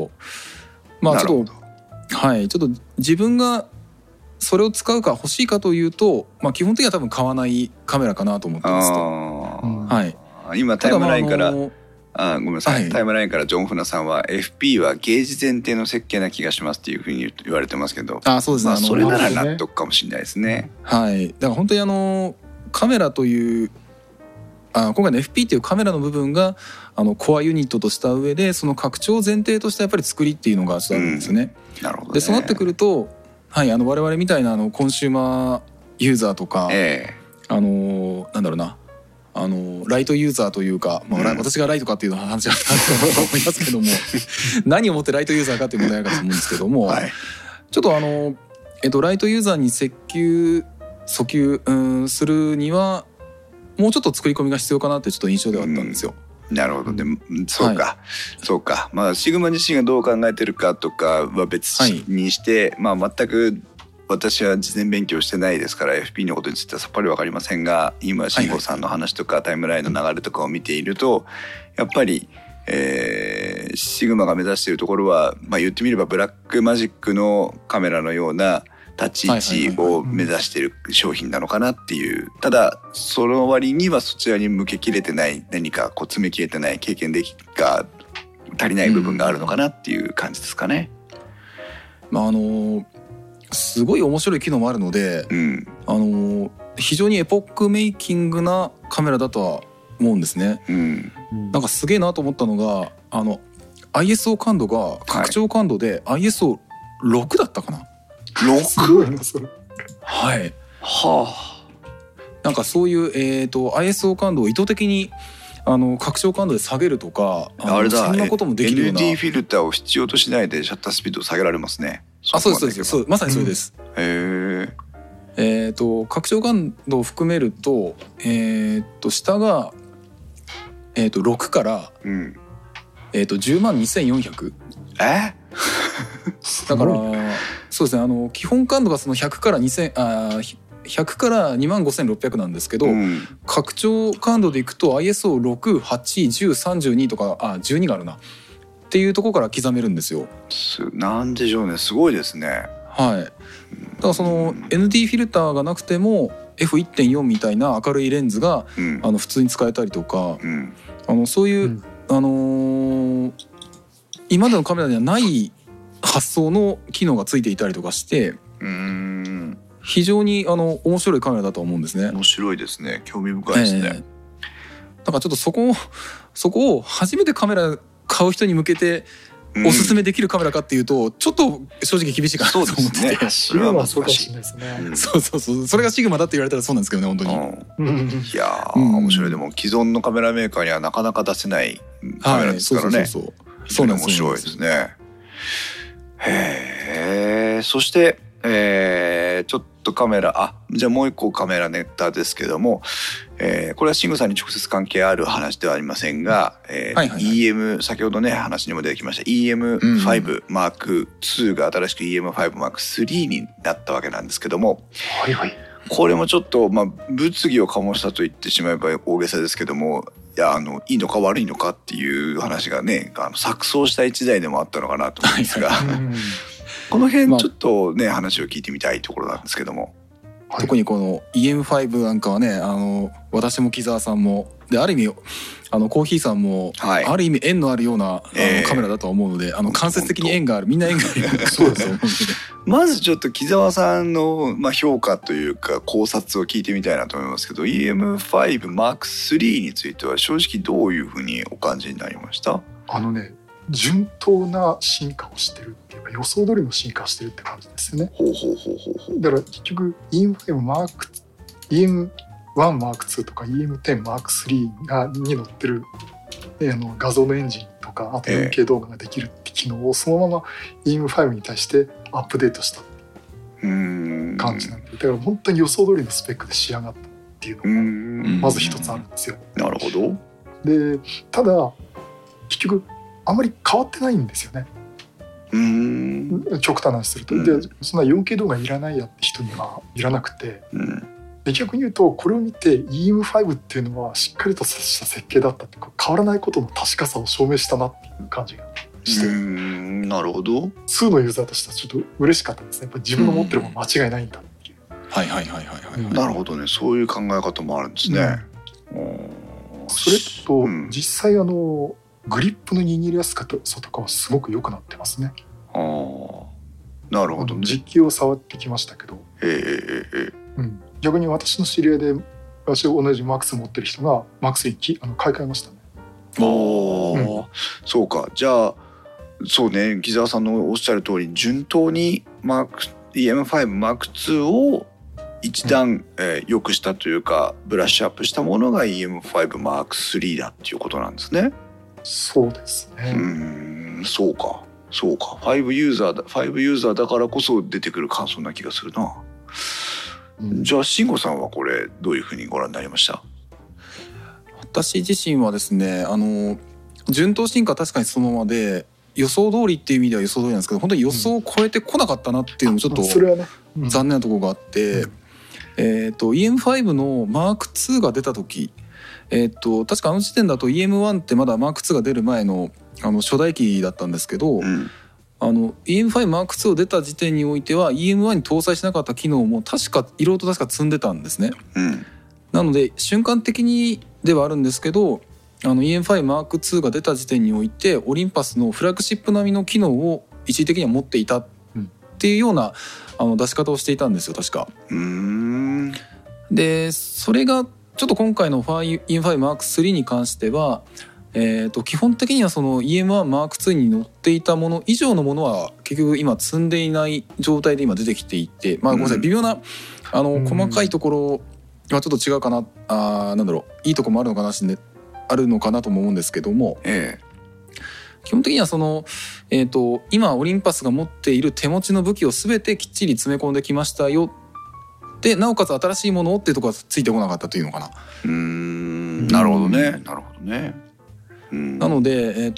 っと自分がそれを使うか欲しいかというと、基本的には多分買わないカメラかなと思ってますと。 今タイムラインからごめんなさい、タイムラインからジョン・フナさんは FP はゲージ前提の設計な気がしますっていうふうに言われてますけど、 そうですね、 それなら納得かもしれないですね。 だから本当にカメラという今回の FP っていうカメラの部分がコアユニットとした上で、その拡張前提としてやっぱり作りっていうのがあるんですよね。 なるほどね。 でそうなってくると、我々みたいなコンシューマーユーザーとか、なんだろうな、ライトユーザーというか、私がライトかっていう話はあると思いますけども何をもってライトユーザーかっていう問題があると思うんですけども、ちょっとライトユーザーに訴求するにはもうちょっと作り込みが必要かなってちょっと印象ではあったんですよ。 なるほど。でもそうか、シグマ自身がどう考えてるかとかは別にして、全く私は事前勉強してないですから FP のことについてはさっぱり分かりませんが、今慎吾さんの話とかタイムラインの流れとかを見ていると、やっぱり、シグマが目指しているところは、言ってみればブラックマジックのカメラのような立ち位置を目指している商品なのかなっていう。ただその割にはそちらに向けきれてない、何か詰めきれてない経験が足りない部分があるのかなっていう感じですかね。 すごい面白い機能もあるので、非常にエポックメイキングなカメラだとは思うんですね。なんかすげえなと思ったのがISO 感度が拡張感度で ISO6 だったかな。 6？ はいなんかそういう、ISO 感度を意図的に拡張感度で下げるとかあれだ、 そんなこともできるような ND フィルターを必要としないでシャッタースピードを下げられますね。 そうですそうまさにそれです。拡張感度を含めると下が6から、102,400 だからそうですね基本感度がその100から100から25,600なんですけど、拡張感度でいくと ISO6、8、10、32とか12があるなっていうところから刻めるんですよ。 なんでしょうね、すごいですね。 はい。だからその ND フィルターがなくても F1.4 みたいな明るいレンズが、普通に使えたりとか、そういう、今までのカメラにはない発想の機能がついていたりとかして、非常に面白いカメラだと思うんですね。 面白いですね。興味深いですね。 だからちょっとそこを初めてカメラ買う人に向けておすすめできるカメラかっていうとちょっっと正直厳しいかなと思ってて、 それは難しいですね。 そうそれがシグマだって言われたらそうなんですけどね本当に。 いや面白い。でも既存のカメラメーカーにはなかなか出せないカメラですからね。そう面白いですね。へえ。そしてちょっとカメラじゃあもう一個カメラネタですけども、これは慎吾さんに直接関係ある話ではありませんが、EM 先ほどね話にも出てきました EM5 M2 が新しく EM5 M3 になったわけなんですけども、これもちょっと物議を醸したと言ってしまえば大げさですけども、いいのか悪いのかっていう話がね錯綜した一台でもあったのかなと思うんですがこの辺ちょっとね、話を聞いてみたいところなんですけども、 特にこの EM5 なんかはね私も木澤さんもである意味コーヒーさんも、ある意味縁のあるようなカメラだと思うので間接的に縁があるみんな縁があるそうですよまずちょっと木澤さんの、評価というか考察を聞いてみたいなと思いますけど EM5 M3 については正直どういうふうにお感じになりました？ 順当な進化をしてるっていうか予想通りの進化をしてるって感じですよね。だから結局 EM1 M2 とか EM10 M3 に載ってる画像のエンジンとかあと 4K 動画ができるって機能をそのまま EM5 に対してアップデートした感じなんで、だから本当に予想通りのスペックで仕上がったっていうのがまず一つあるんですよ。 なるほど。 でただ結局あまり変わってないんですよね。極端な話すると、でそんな 4K 動画いらないやって人にはいらなくて、で逆に言うとこれを見て EM5 っていうのはしっかりとした設計だったって変わらないことの確かさを証明したなっていう感じがして、 なるほど。 2のユーザーとしてはちょっと嬉しかったですね。やっぱ自分の持ってるもの間違いないんだっていう。 なるほどね。そういう考え方もあるんですね。 それと、実際グリップの握りやすさとかはすごく良くなってますね。 なるほどね。 実機を触ってきましたけど、逆に私の知り合いで私同じ MAX 持ってる人が MAX 買い替えましたね。 そうか。じゃあそうね、木澤さんのおっしゃる通り順当に EM5 M2 を一段良くしたというかブラッシュアップしたものが EM5 M3 だっていうことなんですね。 そうですね。 そうか5ユーザーだからこそ出てくる感想な気がするな。じゃあ慎吾さんはこれどういうふうにご覧になりました？ 私自身はですね順当進化は確かにそのままで予想通りっていう意味では予想通りなんですけど本当に予想を超えてこなかったなっていうのもちょっと残念なところがあって、EM5 の M2 が出た時確か時点だと EM1 ってまだ M2 が出る前の初代機だったんですけど、EM5 M2 を出た時点においては EM1 に搭載しなかった機能もいろいろと積んでたんですね。なので瞬間的にではあるんですけどEM5 M2 が出た時点においてオリンパスのフラッグシップ並みの機能を一時的には持っていたっっていうような出し方をしていたんですよ確か。でそれがちょっと今回の E5 Mark III に関しては、基本的にはその EM1 Mark II に載っていたもの以上のものは結局今積んでいない状態で今出てきていて、ごめんなさい微妙な細かいところはちょっと違うかな、なんだろういいところもあるのかなあるのかなとも思うんですけども、基本的にはその、今オリンパスが持っている手持ちの武器を全てきっちり詰め込んできましたよ。でなおかつ新しいものっていうところがついてこなかったというのかな。 なるほどね、なるほどね。 なので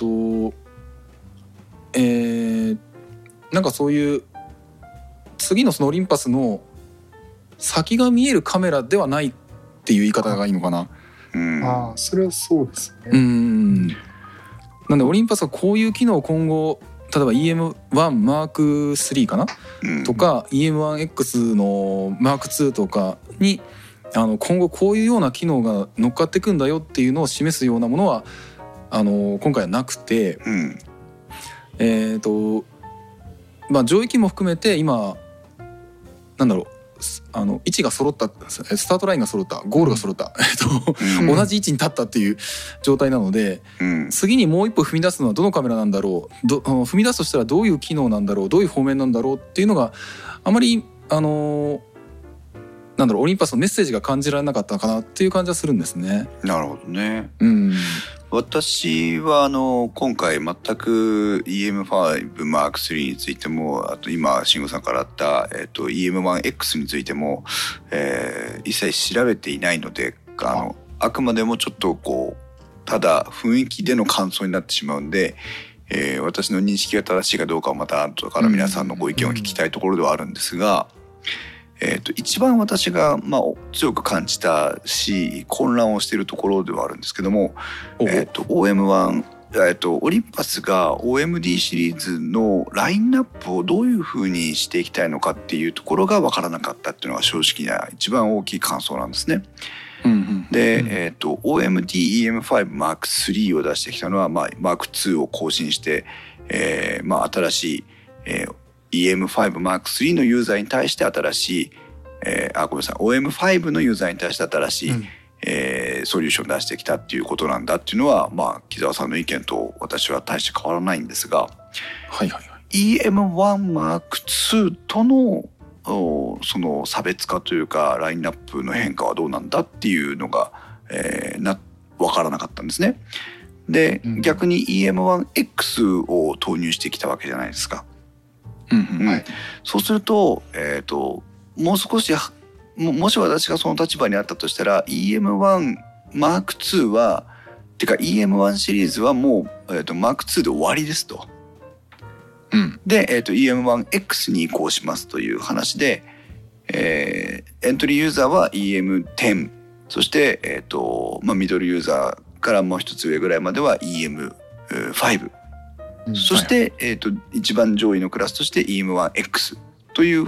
なんかそういう次のそのオリンパスの先が見えるカメラではないっていう言い方がいいのかな。 それはそうですね。 なんでオリンパスはこういう機能を今後例えば EM1 Mark III かな、とか EM1X の Mark II とかに今後こういうような機能が乗っかっていくんだよっていうのを示すようなものは今回はなくて、上位機も含めて今なんだろう位置が揃ったスタートラインが揃ったゴールが揃った、同じ位置に立ったっていう状態なので、次にもう一歩踏み出すのはどのカメラなんだろう踏み出すとしたらどういう機能なんだろうどういう方面なんだろうっていうのがあまりなんだろうオリンパスのメッセージが感じられなかったかなっていう感じはするんですね。 なるほどね。私は今回全く EM5 Mark III についてもあと今慎吾さんからあった、EM1X についても、一切調べていないのであくまでもちょっとこうただ雰囲気での感想になってしまうんで、私の認識が正しいかどうかはまた後から皆さんのご意見を聞きたいところではあるんですが、一番私が強く感じたし混乱をしているところではあるんですけども、OM1オリンパスが OMD シリーズのラインナップをどういうふうにしていきたいのかっていうところが分からなかったっていうのが正直な一番大きい感想なんですね。で、OMD EM5 Mark III を出してきたのは、Mark II を更新して、新しい、EM5 Mark III のユーザーに対して新しい、ごめんなさい OM5 のユーザーに対して新しい、ソリューションを出してきたっていうことなんだっていうのは、木澤さんの意見と私は大して変わらないんですが、EM1 Mark II とのその差別化というかラインナップの変化はどうなんだっていうのが、分からなかったんですね。で、逆に EM1X を投入してきたわけじゃないですか。そうすると、もう少しもし私がその立場にあったとしたら EM1 Mark II はてか EM1 シリーズはもう、Mark II で終わりですと。で、EM1X に移行しますという話で、エントリーユーザーは EM10 そして、ミドルユーザーからもう一つ上ぐらいまでは EM5、そして、一番上位のクラスとして EM1X という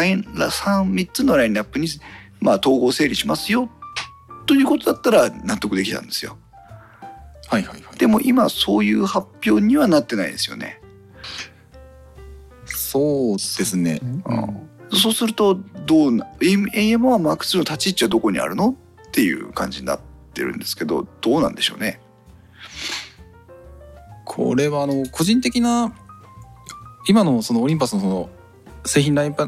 3つのラインナップに、統合整理しますよということだったら納得できたんですよ。でも今そういう発表にはなってないですよね。 そうですね。 そうするとAM1 Mark II の立ち位置はどこにあるのっていう感じになってるんですけど、どうなんでしょうね。 これは個人的な今のそのオリンパスのその製品も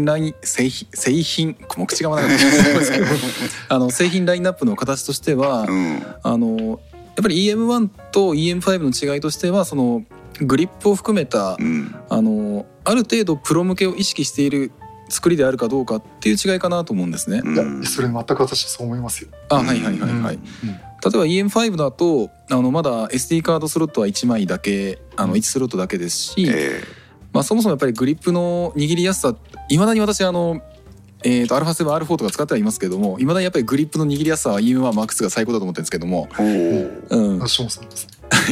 う口が回らなかった製品ラインナップの形としては、やっぱり EM1 と EM5 の違いとしてはそのグリップを含めた、ある程度プロ向けを意識している作りであるかどうかっていう違いかなと思うんですね。 いやそれ全く私そう思いますよ。 例えば EM5 だとまだ SD カードスロットは1枚だけ1スロットだけですし、そもそもやっぱりグリップの握りやすさいまだに私α7R4 とか使ってはいますけども、いまだにやっぱりグリップの握りやすさは EM1 Mark II が最高だと思ってるんですけども、 私もそうです。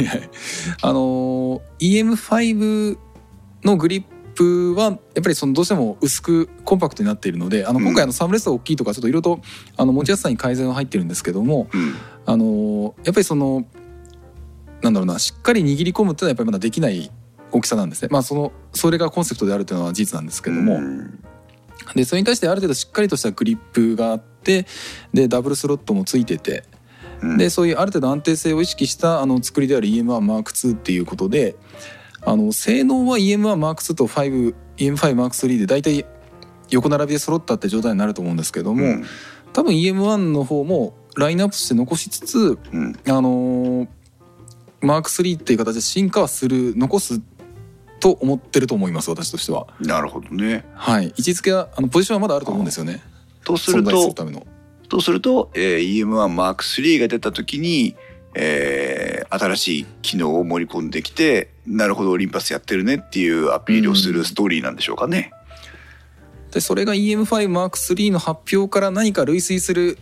EM5 のグリップはやっぱりそのどうしても薄くコンパクトになっているので今回サムレストが大きいとかちょっといろいろと持ちやすさに改善は入ってるんですけども、やっぱりそのなんだろうなしっかり握り込むってのはやっぱりまだできない大きさなんですね。それがコンセプトであるというのは事実なんですけども、でそれに対してある程度しっかりとしたグリップがあって、でダブルスロットもついてて、でそういうある程度安定性を意識した作りである EM1M2 っていうことで、性能は EM1M2 とEM5M3 でだいたい横並びで揃ったって状態になると思うんですけども、多分 EM1 の方もラインナップして残しつつ、M3 っていう形で進化は残すと思ってると思います、私としては。 なるほどね。 はい、位置づけはポジションはまだあると思うんですよね。 とすると EM1M3 が出た時に、新しい機能を盛り込んできて、なるほどオリンパスやってるねっていうアピールをするストーリーなんでしょうかね。 でそれが EM5M3 の発表から何か類推する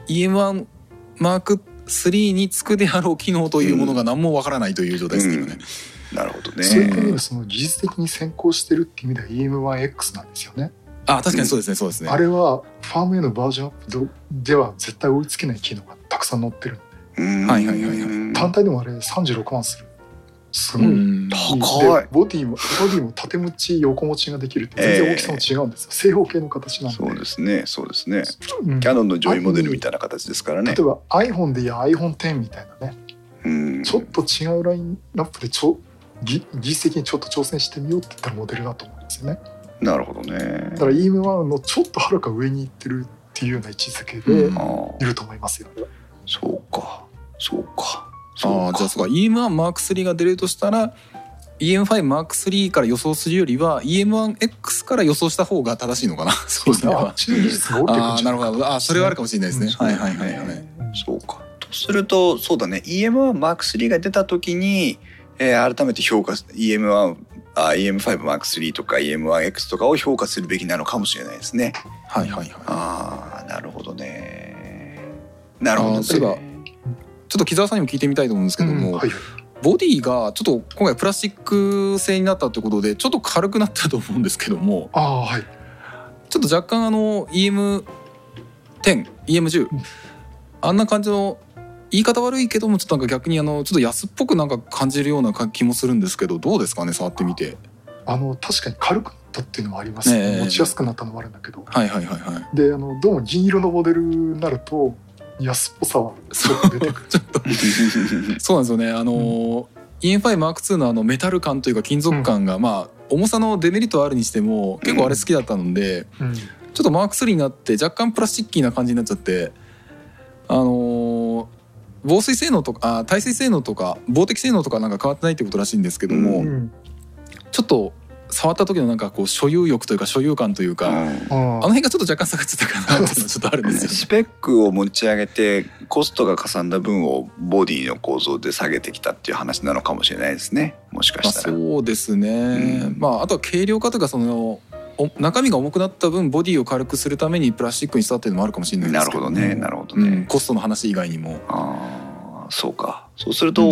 EM1M3 につくであろう機能というものが何もわからないという状態ですけどね。 なるほどね。 そういった意味でその技術的に先行してるっていう意味では EM1X なんですよね。 確かにそうですね、そうですね。 あれはファームへのバージョンアップでは絶対追いつけない機能がたくさん載ってるので、単体でもあれ36万する。すごい高い。ボディも縦持ち横持ちができるって、全然大きさも違うんですよ。正方形の形なんで。 そうですね、そうですね。キヤノンの上位モデルみたいな形ですからね。 例えば iPhone でいや iPhone10 みたいなね、ちょっと違うラインナップで技術的にちょっと挑戦してみようって言ったらモデルだと思うんですよね。 なるほどね。 だから EM1 のちょっとはるか上に行ってるっていうような位置づけでいると思いますよ。 そうか。 じゃあEM1M3 が出るとしたら EM5M3 から予想するよりは EM1X から予想した方が正しいのかな。 そうですね。あっちの技術が降りてくるんじゃないかな。 なるほど。それはあるかもしれないですね。 そうか。とするとそうだね。EM1M3 が出た時に、改めて評価EM5M3 とか EM1X とかを評価するべきなのかもしれないですね。なるほどね。なるほど。 そういえばちょっと木澤さんにも聞いてみたいと思うんですけども、ボディがちょっと今回プラスチック製になったということでちょっと軽くなったと思うんですけども、ちょっと若干EM10、EM10、あんな感じの言い方悪いけどもちょっとなんか逆にちょっと安っぽくなんか感じるような気もするんですけど、どうですかね、触ってみて。 確かに軽くなったっていうのもありますね。持ちやすくなったのもあるんだけど、でどうも銀色のモデルになると安っぽさはちょっと出てくる。 ちょっとそうなんですよね。EM5M2 のメタル感というか金属感が、重さのデメリットはあるにしても結構あれ好きだったので、ちょっと M3 になって若干プラスチッキーな感じになっちゃって、防水性能とか耐水性能とか防滴性能とかなんか変わってないってことらしいんですけども、ちょっと触った時のなんかこう所有欲というか所有感というか、あの辺がちょっと若干下がっちゃったかなっていうのはちょっとあるんですよね。 スペックを持ち上げてコストがかさんだ分をボディの構造で下げてきたっていう話なのかもしれないですね、もしかしたら。 そうですね。あとは軽量化というか中身が重くなった分ボディを軽くするためにプラスチックにしたっていうのもあるかもしれないですけど、なるほどね。 コストの話以外にも。 そうか。そうすると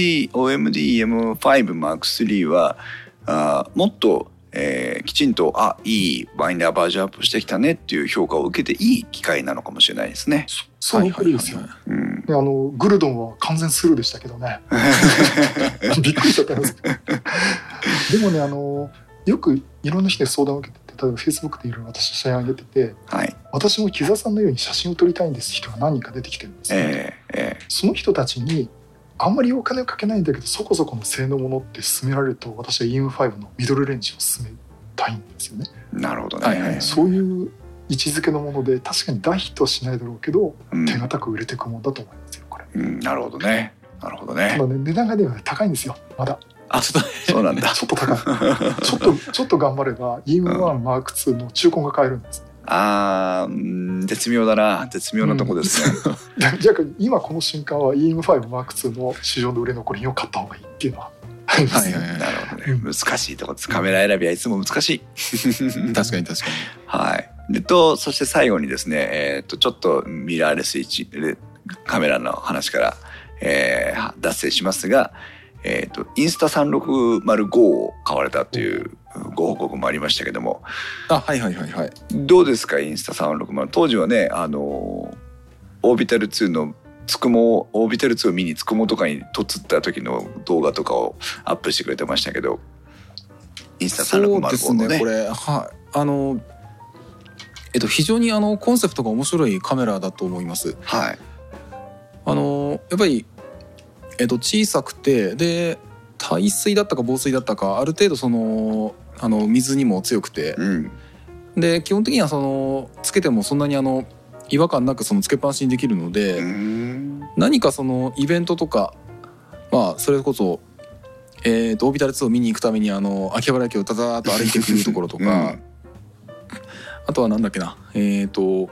OMD EM5M3 はもっときちんといいバインダーバージョンアップしてきたねっていう評価を受けていい機会なのかもしれないですね。 そういうことですよ。グルドンは完全スルーでしたけどね。びっくりしちゃったんですけど。でもね、よくいろんな人に相談を受けてて、例えば Facebook でいろいろ私写真上げてて、私も木澤さんのように写真を撮りたいんです人が何人か出てきてるんですけど、その人たちにあんまりお金をかけないんだけどそこそこの性能ものって勧められると、私は EM5 のミドルレンジを勧めたいんですよね。 なるほどね。 そういう位置づけのもので、確かに大ヒットはしないだろうけど、手堅く売れていくものだと思いますよこれ。 なるほどね。ただね、 値段がね高いんですよまだ。 そうなんだ。 ちょっと高い。ちょっと頑張れば EM1M2 の中古が買えるんですね。 絶妙だな。絶妙なとこですね。 じゃあ今この瞬間は EM5M2 の市場の売れ残りを買った方がいいっていうのはありますね。 なるほどね。難しいところです。カメラ選びはいつも難しい。 確かに。 はい。そして最後にですね、ちょっとミラーレスカメラの話から、脱線しますが、インスタ3605を買われたというご報告もありましたけども、どうですかインスタ360。当時はねオービタル2のオービタル2を見につくもとかにとつった時の動画とかをアップしてくれてましたけど、 インスタ3605のね。そうですね、 これ非常にコンセプトが面白いカメラだと思います。 はい。 やっぱり小さくて、で耐水だったか防水だったか、ある程度その水にも強くて、うん、で基本的にはつけてもそんなに違和感なくつけっぱなしにできるので、何かイベントとか、まあそれこそオービタル2を見に行くために秋葉原駅をダダーッと歩いてくるところとか、うん、あとはなんだっけな、そう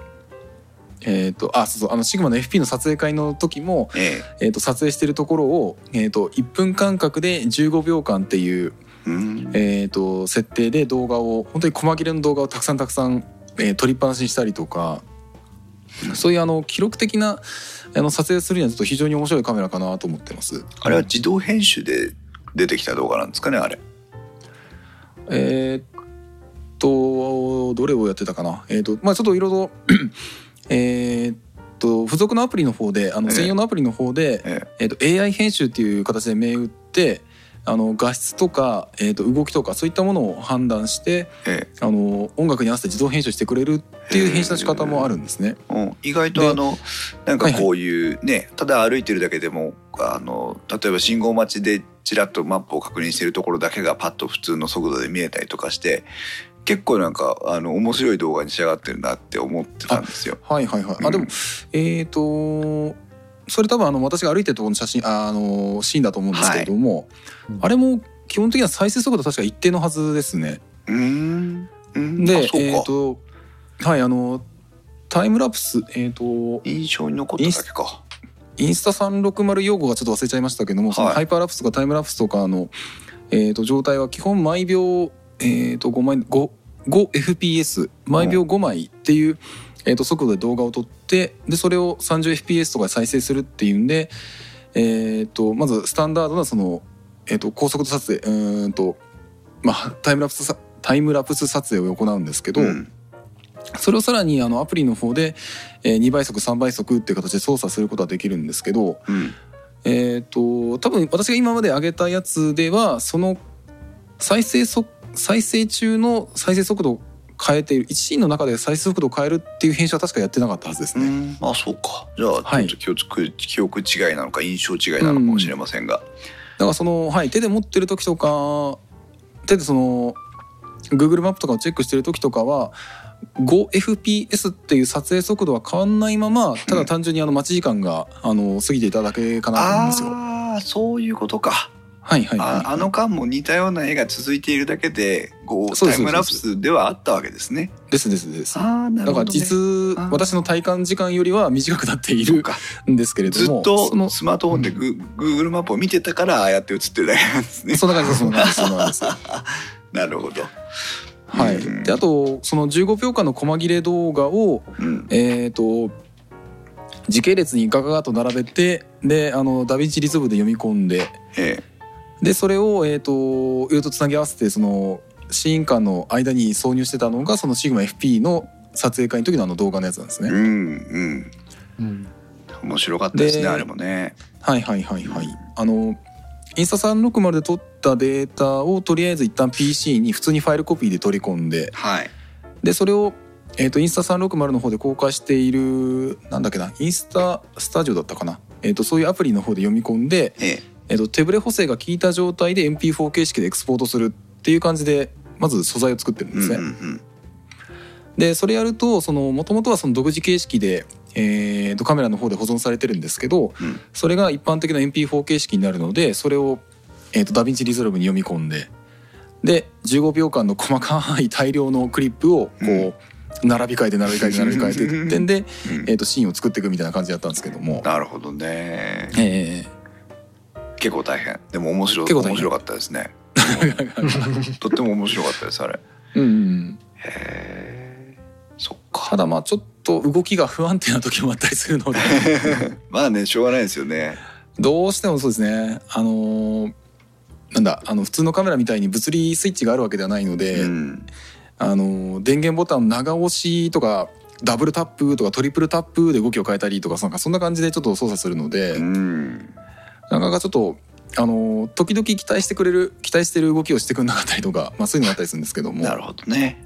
そうシグマの FP の撮影会の時も、撮影してるところを、1分間隔で15秒間っていう、設定で動画を、本当に細切れの動画をたくさん撮りっぱなしにしたりとか、そういう記録的な撮影するにはちょっと非常に面白いカメラかなと思ってます。 あれは自動編集で出てきた動画なんですかね、あれ。 どれをやってたかな。まあちょっといろいろ付属のアプリの方で専用のアプリの方で、AI 編集っていう形で銘打って、画質とか、動きとかそういったものを判断して、音楽に合わせて自動編集してくれるっていう編集の仕方もあるんですね。 意外となんかこういうね、ただ歩いてるだけでも例えば信号待ちでちらっとマップを確認してるところだけがパッと普通の速度で見えたりとかして、結構なんか面白い動画に仕上がってるなって思ってたんですよ。 はいはいはい。でもそれ多分私が歩いてるところの写真シーンだと思うんですけれども、はい、あれも基本的には再生速度確か一定のはずですね。ではいタイムラプス印象に残っただけか。 インスタ360用語がちょっと忘れちゃいましたけども、そのハイパーラプスとかタイムラプスとか状態は基本毎秒5fps 毎秒5枚っていう、速度で動画を撮って、でそれを 30fps とかで再生するっていうんで、まずスタンダードな高速度撮影タイムラプス撮影を行うんですけど、それをさらにアプリの方で2倍速3倍速っていう形で操作することはできるんですけど、多分私が今まで上げたやつではその再生中の再生速度を変えている、1シーンの中で再生速度を変えるっていう編集は確かやってなかったはずですね。 あ、そうか。じゃあちょっと記憶違いなのか印象違いなのかもしれませんが、 だから手で持ってる時とか、手でGoogle マップとかをチェックしてる時とかは 5fps っていう撮影速度は変わんないまま、ただ単純に待ち時間が過ぎていただけかなと思うんですよ。 ああ、そういうことか。 はいはいはい、 間も似たような絵が続いているだけでタイムラプスではあったわけですね。 です。 なるほどね。 だから私の体感時間よりは短くなっているんですけれども、 ずっとスマートフォンでGoogle マップを見てたからああやって映ってるだけなんですね。 そんな感じです。 なるほど。 はい。であとその15秒間の細切れ動画を、時系列にガガガと並べて、でダヴィンチリゾルブで読み込んで、でそれをいろいろとつなぎ合わせてそのシーン間の間に挿入してたのがそのシグマ FP の撮影会の時の動画のやつなんですね。 面白かったですね、あれもね。 はい。インスタ360で撮ったデータをとりあえず一旦 PC に普通にファイルコピーで取り込んで、でそれをインスタ360の方で公開しているなんだっけな、インスタスタジオだったかな、そういうアプリの方で読み込んで、手ブレ補正が効いた状態で MP4 形式でエクスポートするっていう感じでまず素材を作ってるんですね。でそれやるともともとは独自形式で、カメラの方で保存されてるんですけど、それが一般的な MP4 形式になるので、それを、ダヴィンチリゾルブに読み込んで、で15秒間の細かい大量のクリップをこう並び替えてって点で、シーンを作っていくみたいな感じだったんですけども。 なるほどね。結構大変。でも面白かったですね。とっても面白かったですあれ。そっか。 ただちょっと動きが不安定な時もあったりするのでまあね、しょうがないですよね。 どうしてもそうですね。普通のカメラみたいに物理スイッチがあるわけではないので、電源ボタン長押しとかダブルタップとかトリプルタップで動きを変えたりとかそんな感じでちょっと操作するので、なかなかちょっと時々期待してる動きをしてくれなかったりとか、そういうのがあったりするんですけども。 なるほどね。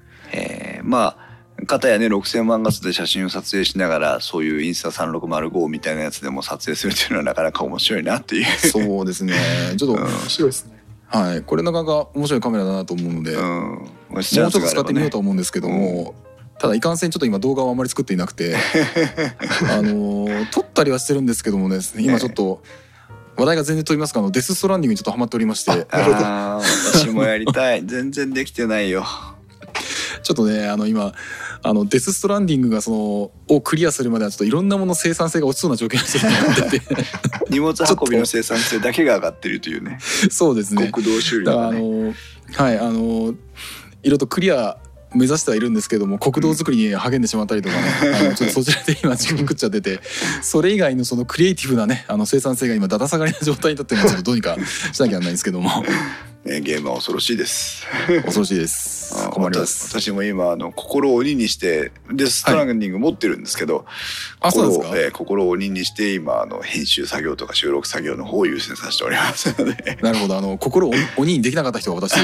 片やね6000万画素で写真を撮影しながらそういうインスタ3605みたいなやつでも撮影するっていうのはなかなか面白いなっていう。 そうですね。ちょっと面白いですね。 はい、これなかなか面白いカメラだなと思うので、もうちょっと使ってみようと思うんですけども、ただいかんせんちょっと今動画をあんまり作っていなくて撮ったりはしてるんですけどもね、今ちょっと話題が全然飛びますがデスストランディングにちょっとハマっておりまして。 私もやりたい。全然できてないよ。 ちょっとね今デスストランディングがをクリアするまではちょっといろんなもの生産性が落ちそうな状況になってて荷物運びの生産性だけが上がってるというね。 そうですね。 国道修理がね。 はいいろいろとクリア目指してはいるんですけども、国道作りに励んでしまったりとかね、ちょっとそちらで今時間食っちゃってて、それ以外のそのクリエイティブなね生産性が今だだ下がりな状態になってるので、ちょっとどうにかしなきゃならないんですけどもゲームは恐ろしいです。 恐ろしいです。困ります。 私も今心を鬼にしてデスストランディング持ってるんですけど、心を鬼にして今編集作業とか収録作業の方を優先させておりますので。 なるほど。心を鬼にできなかった人は私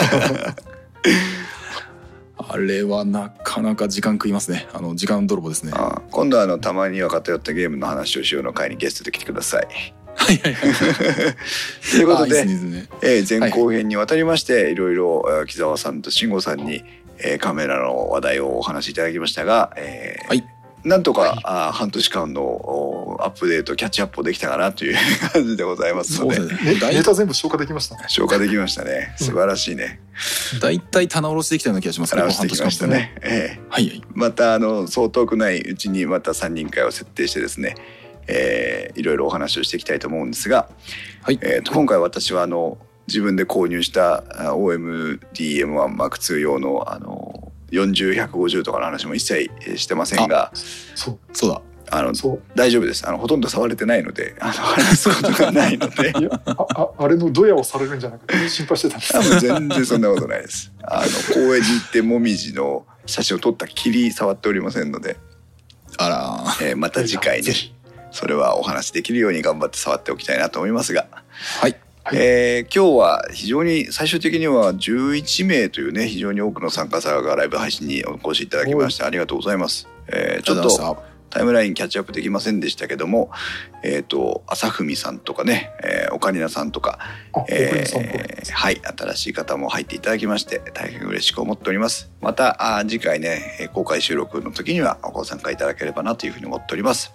あれはなかなか時間食いますね。時間泥棒ですね。 今度はたまには偏ったゲームの話をしようの会にゲストで来てください。 はいはいはいということで、前後編にわたりましていろいろ木澤さんと慎吾さんにカメラの話題をお話しいただきましたが、なんとか半年間のアップデートキャッチアップできたかなという感じでございますので、 ネタ全部消化できました。 消化できましたね。素晴らしいね。 だいたい棚卸しできたような気がします。 棚卸しできましたね。またそう遠くないうちにまた3人会を設定してですね、いろいろお話をしていきたいと思うんですが、今回私は自分で購入した OMD-M1M2 用の40-150とかの話も一切してませんが、 そうだ。 大丈夫です。ほとんど触れてないので話すことがないのであれのドヤをされるんじゃなくて心配してたんです。 多分全然そんなことないです。公園に行ってもみじの写真を撮ったきり触っておりませんので、また次回ねそれはお話できるように頑張って触っておきたいなと思いますが、今日は非常に最終的には11名というね非常に多くの参加者がライブ配信にお越しいただきましてありがとうございます。ちょっとタイムラインキャッチアップできませんでしたけども、朝文さんとかね、オカリナさんとか、新しい方も入っていただきまして大変嬉しく思っております。また次回ね公開収録の時にはご参加いただければなというふうに思っております。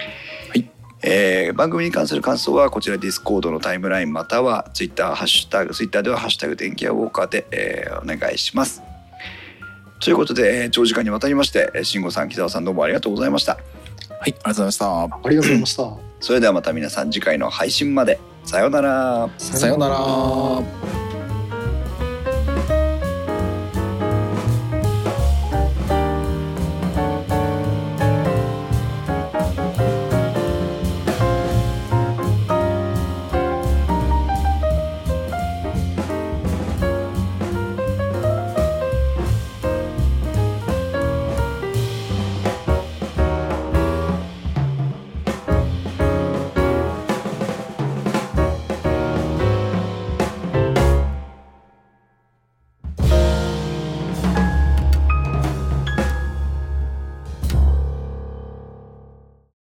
番組に関する感想はこちらディスコードのタイムラインまたはツイッターではハッシュタグ電気屋ウォーカーで、お願いします。ということで、長時間にわたりまして慎吾さん木澤さんどうもありがとうございました。 ありがとうございました。 ありがとうございました。 それではまた皆さん次回の配信までさようなら。 さようなら。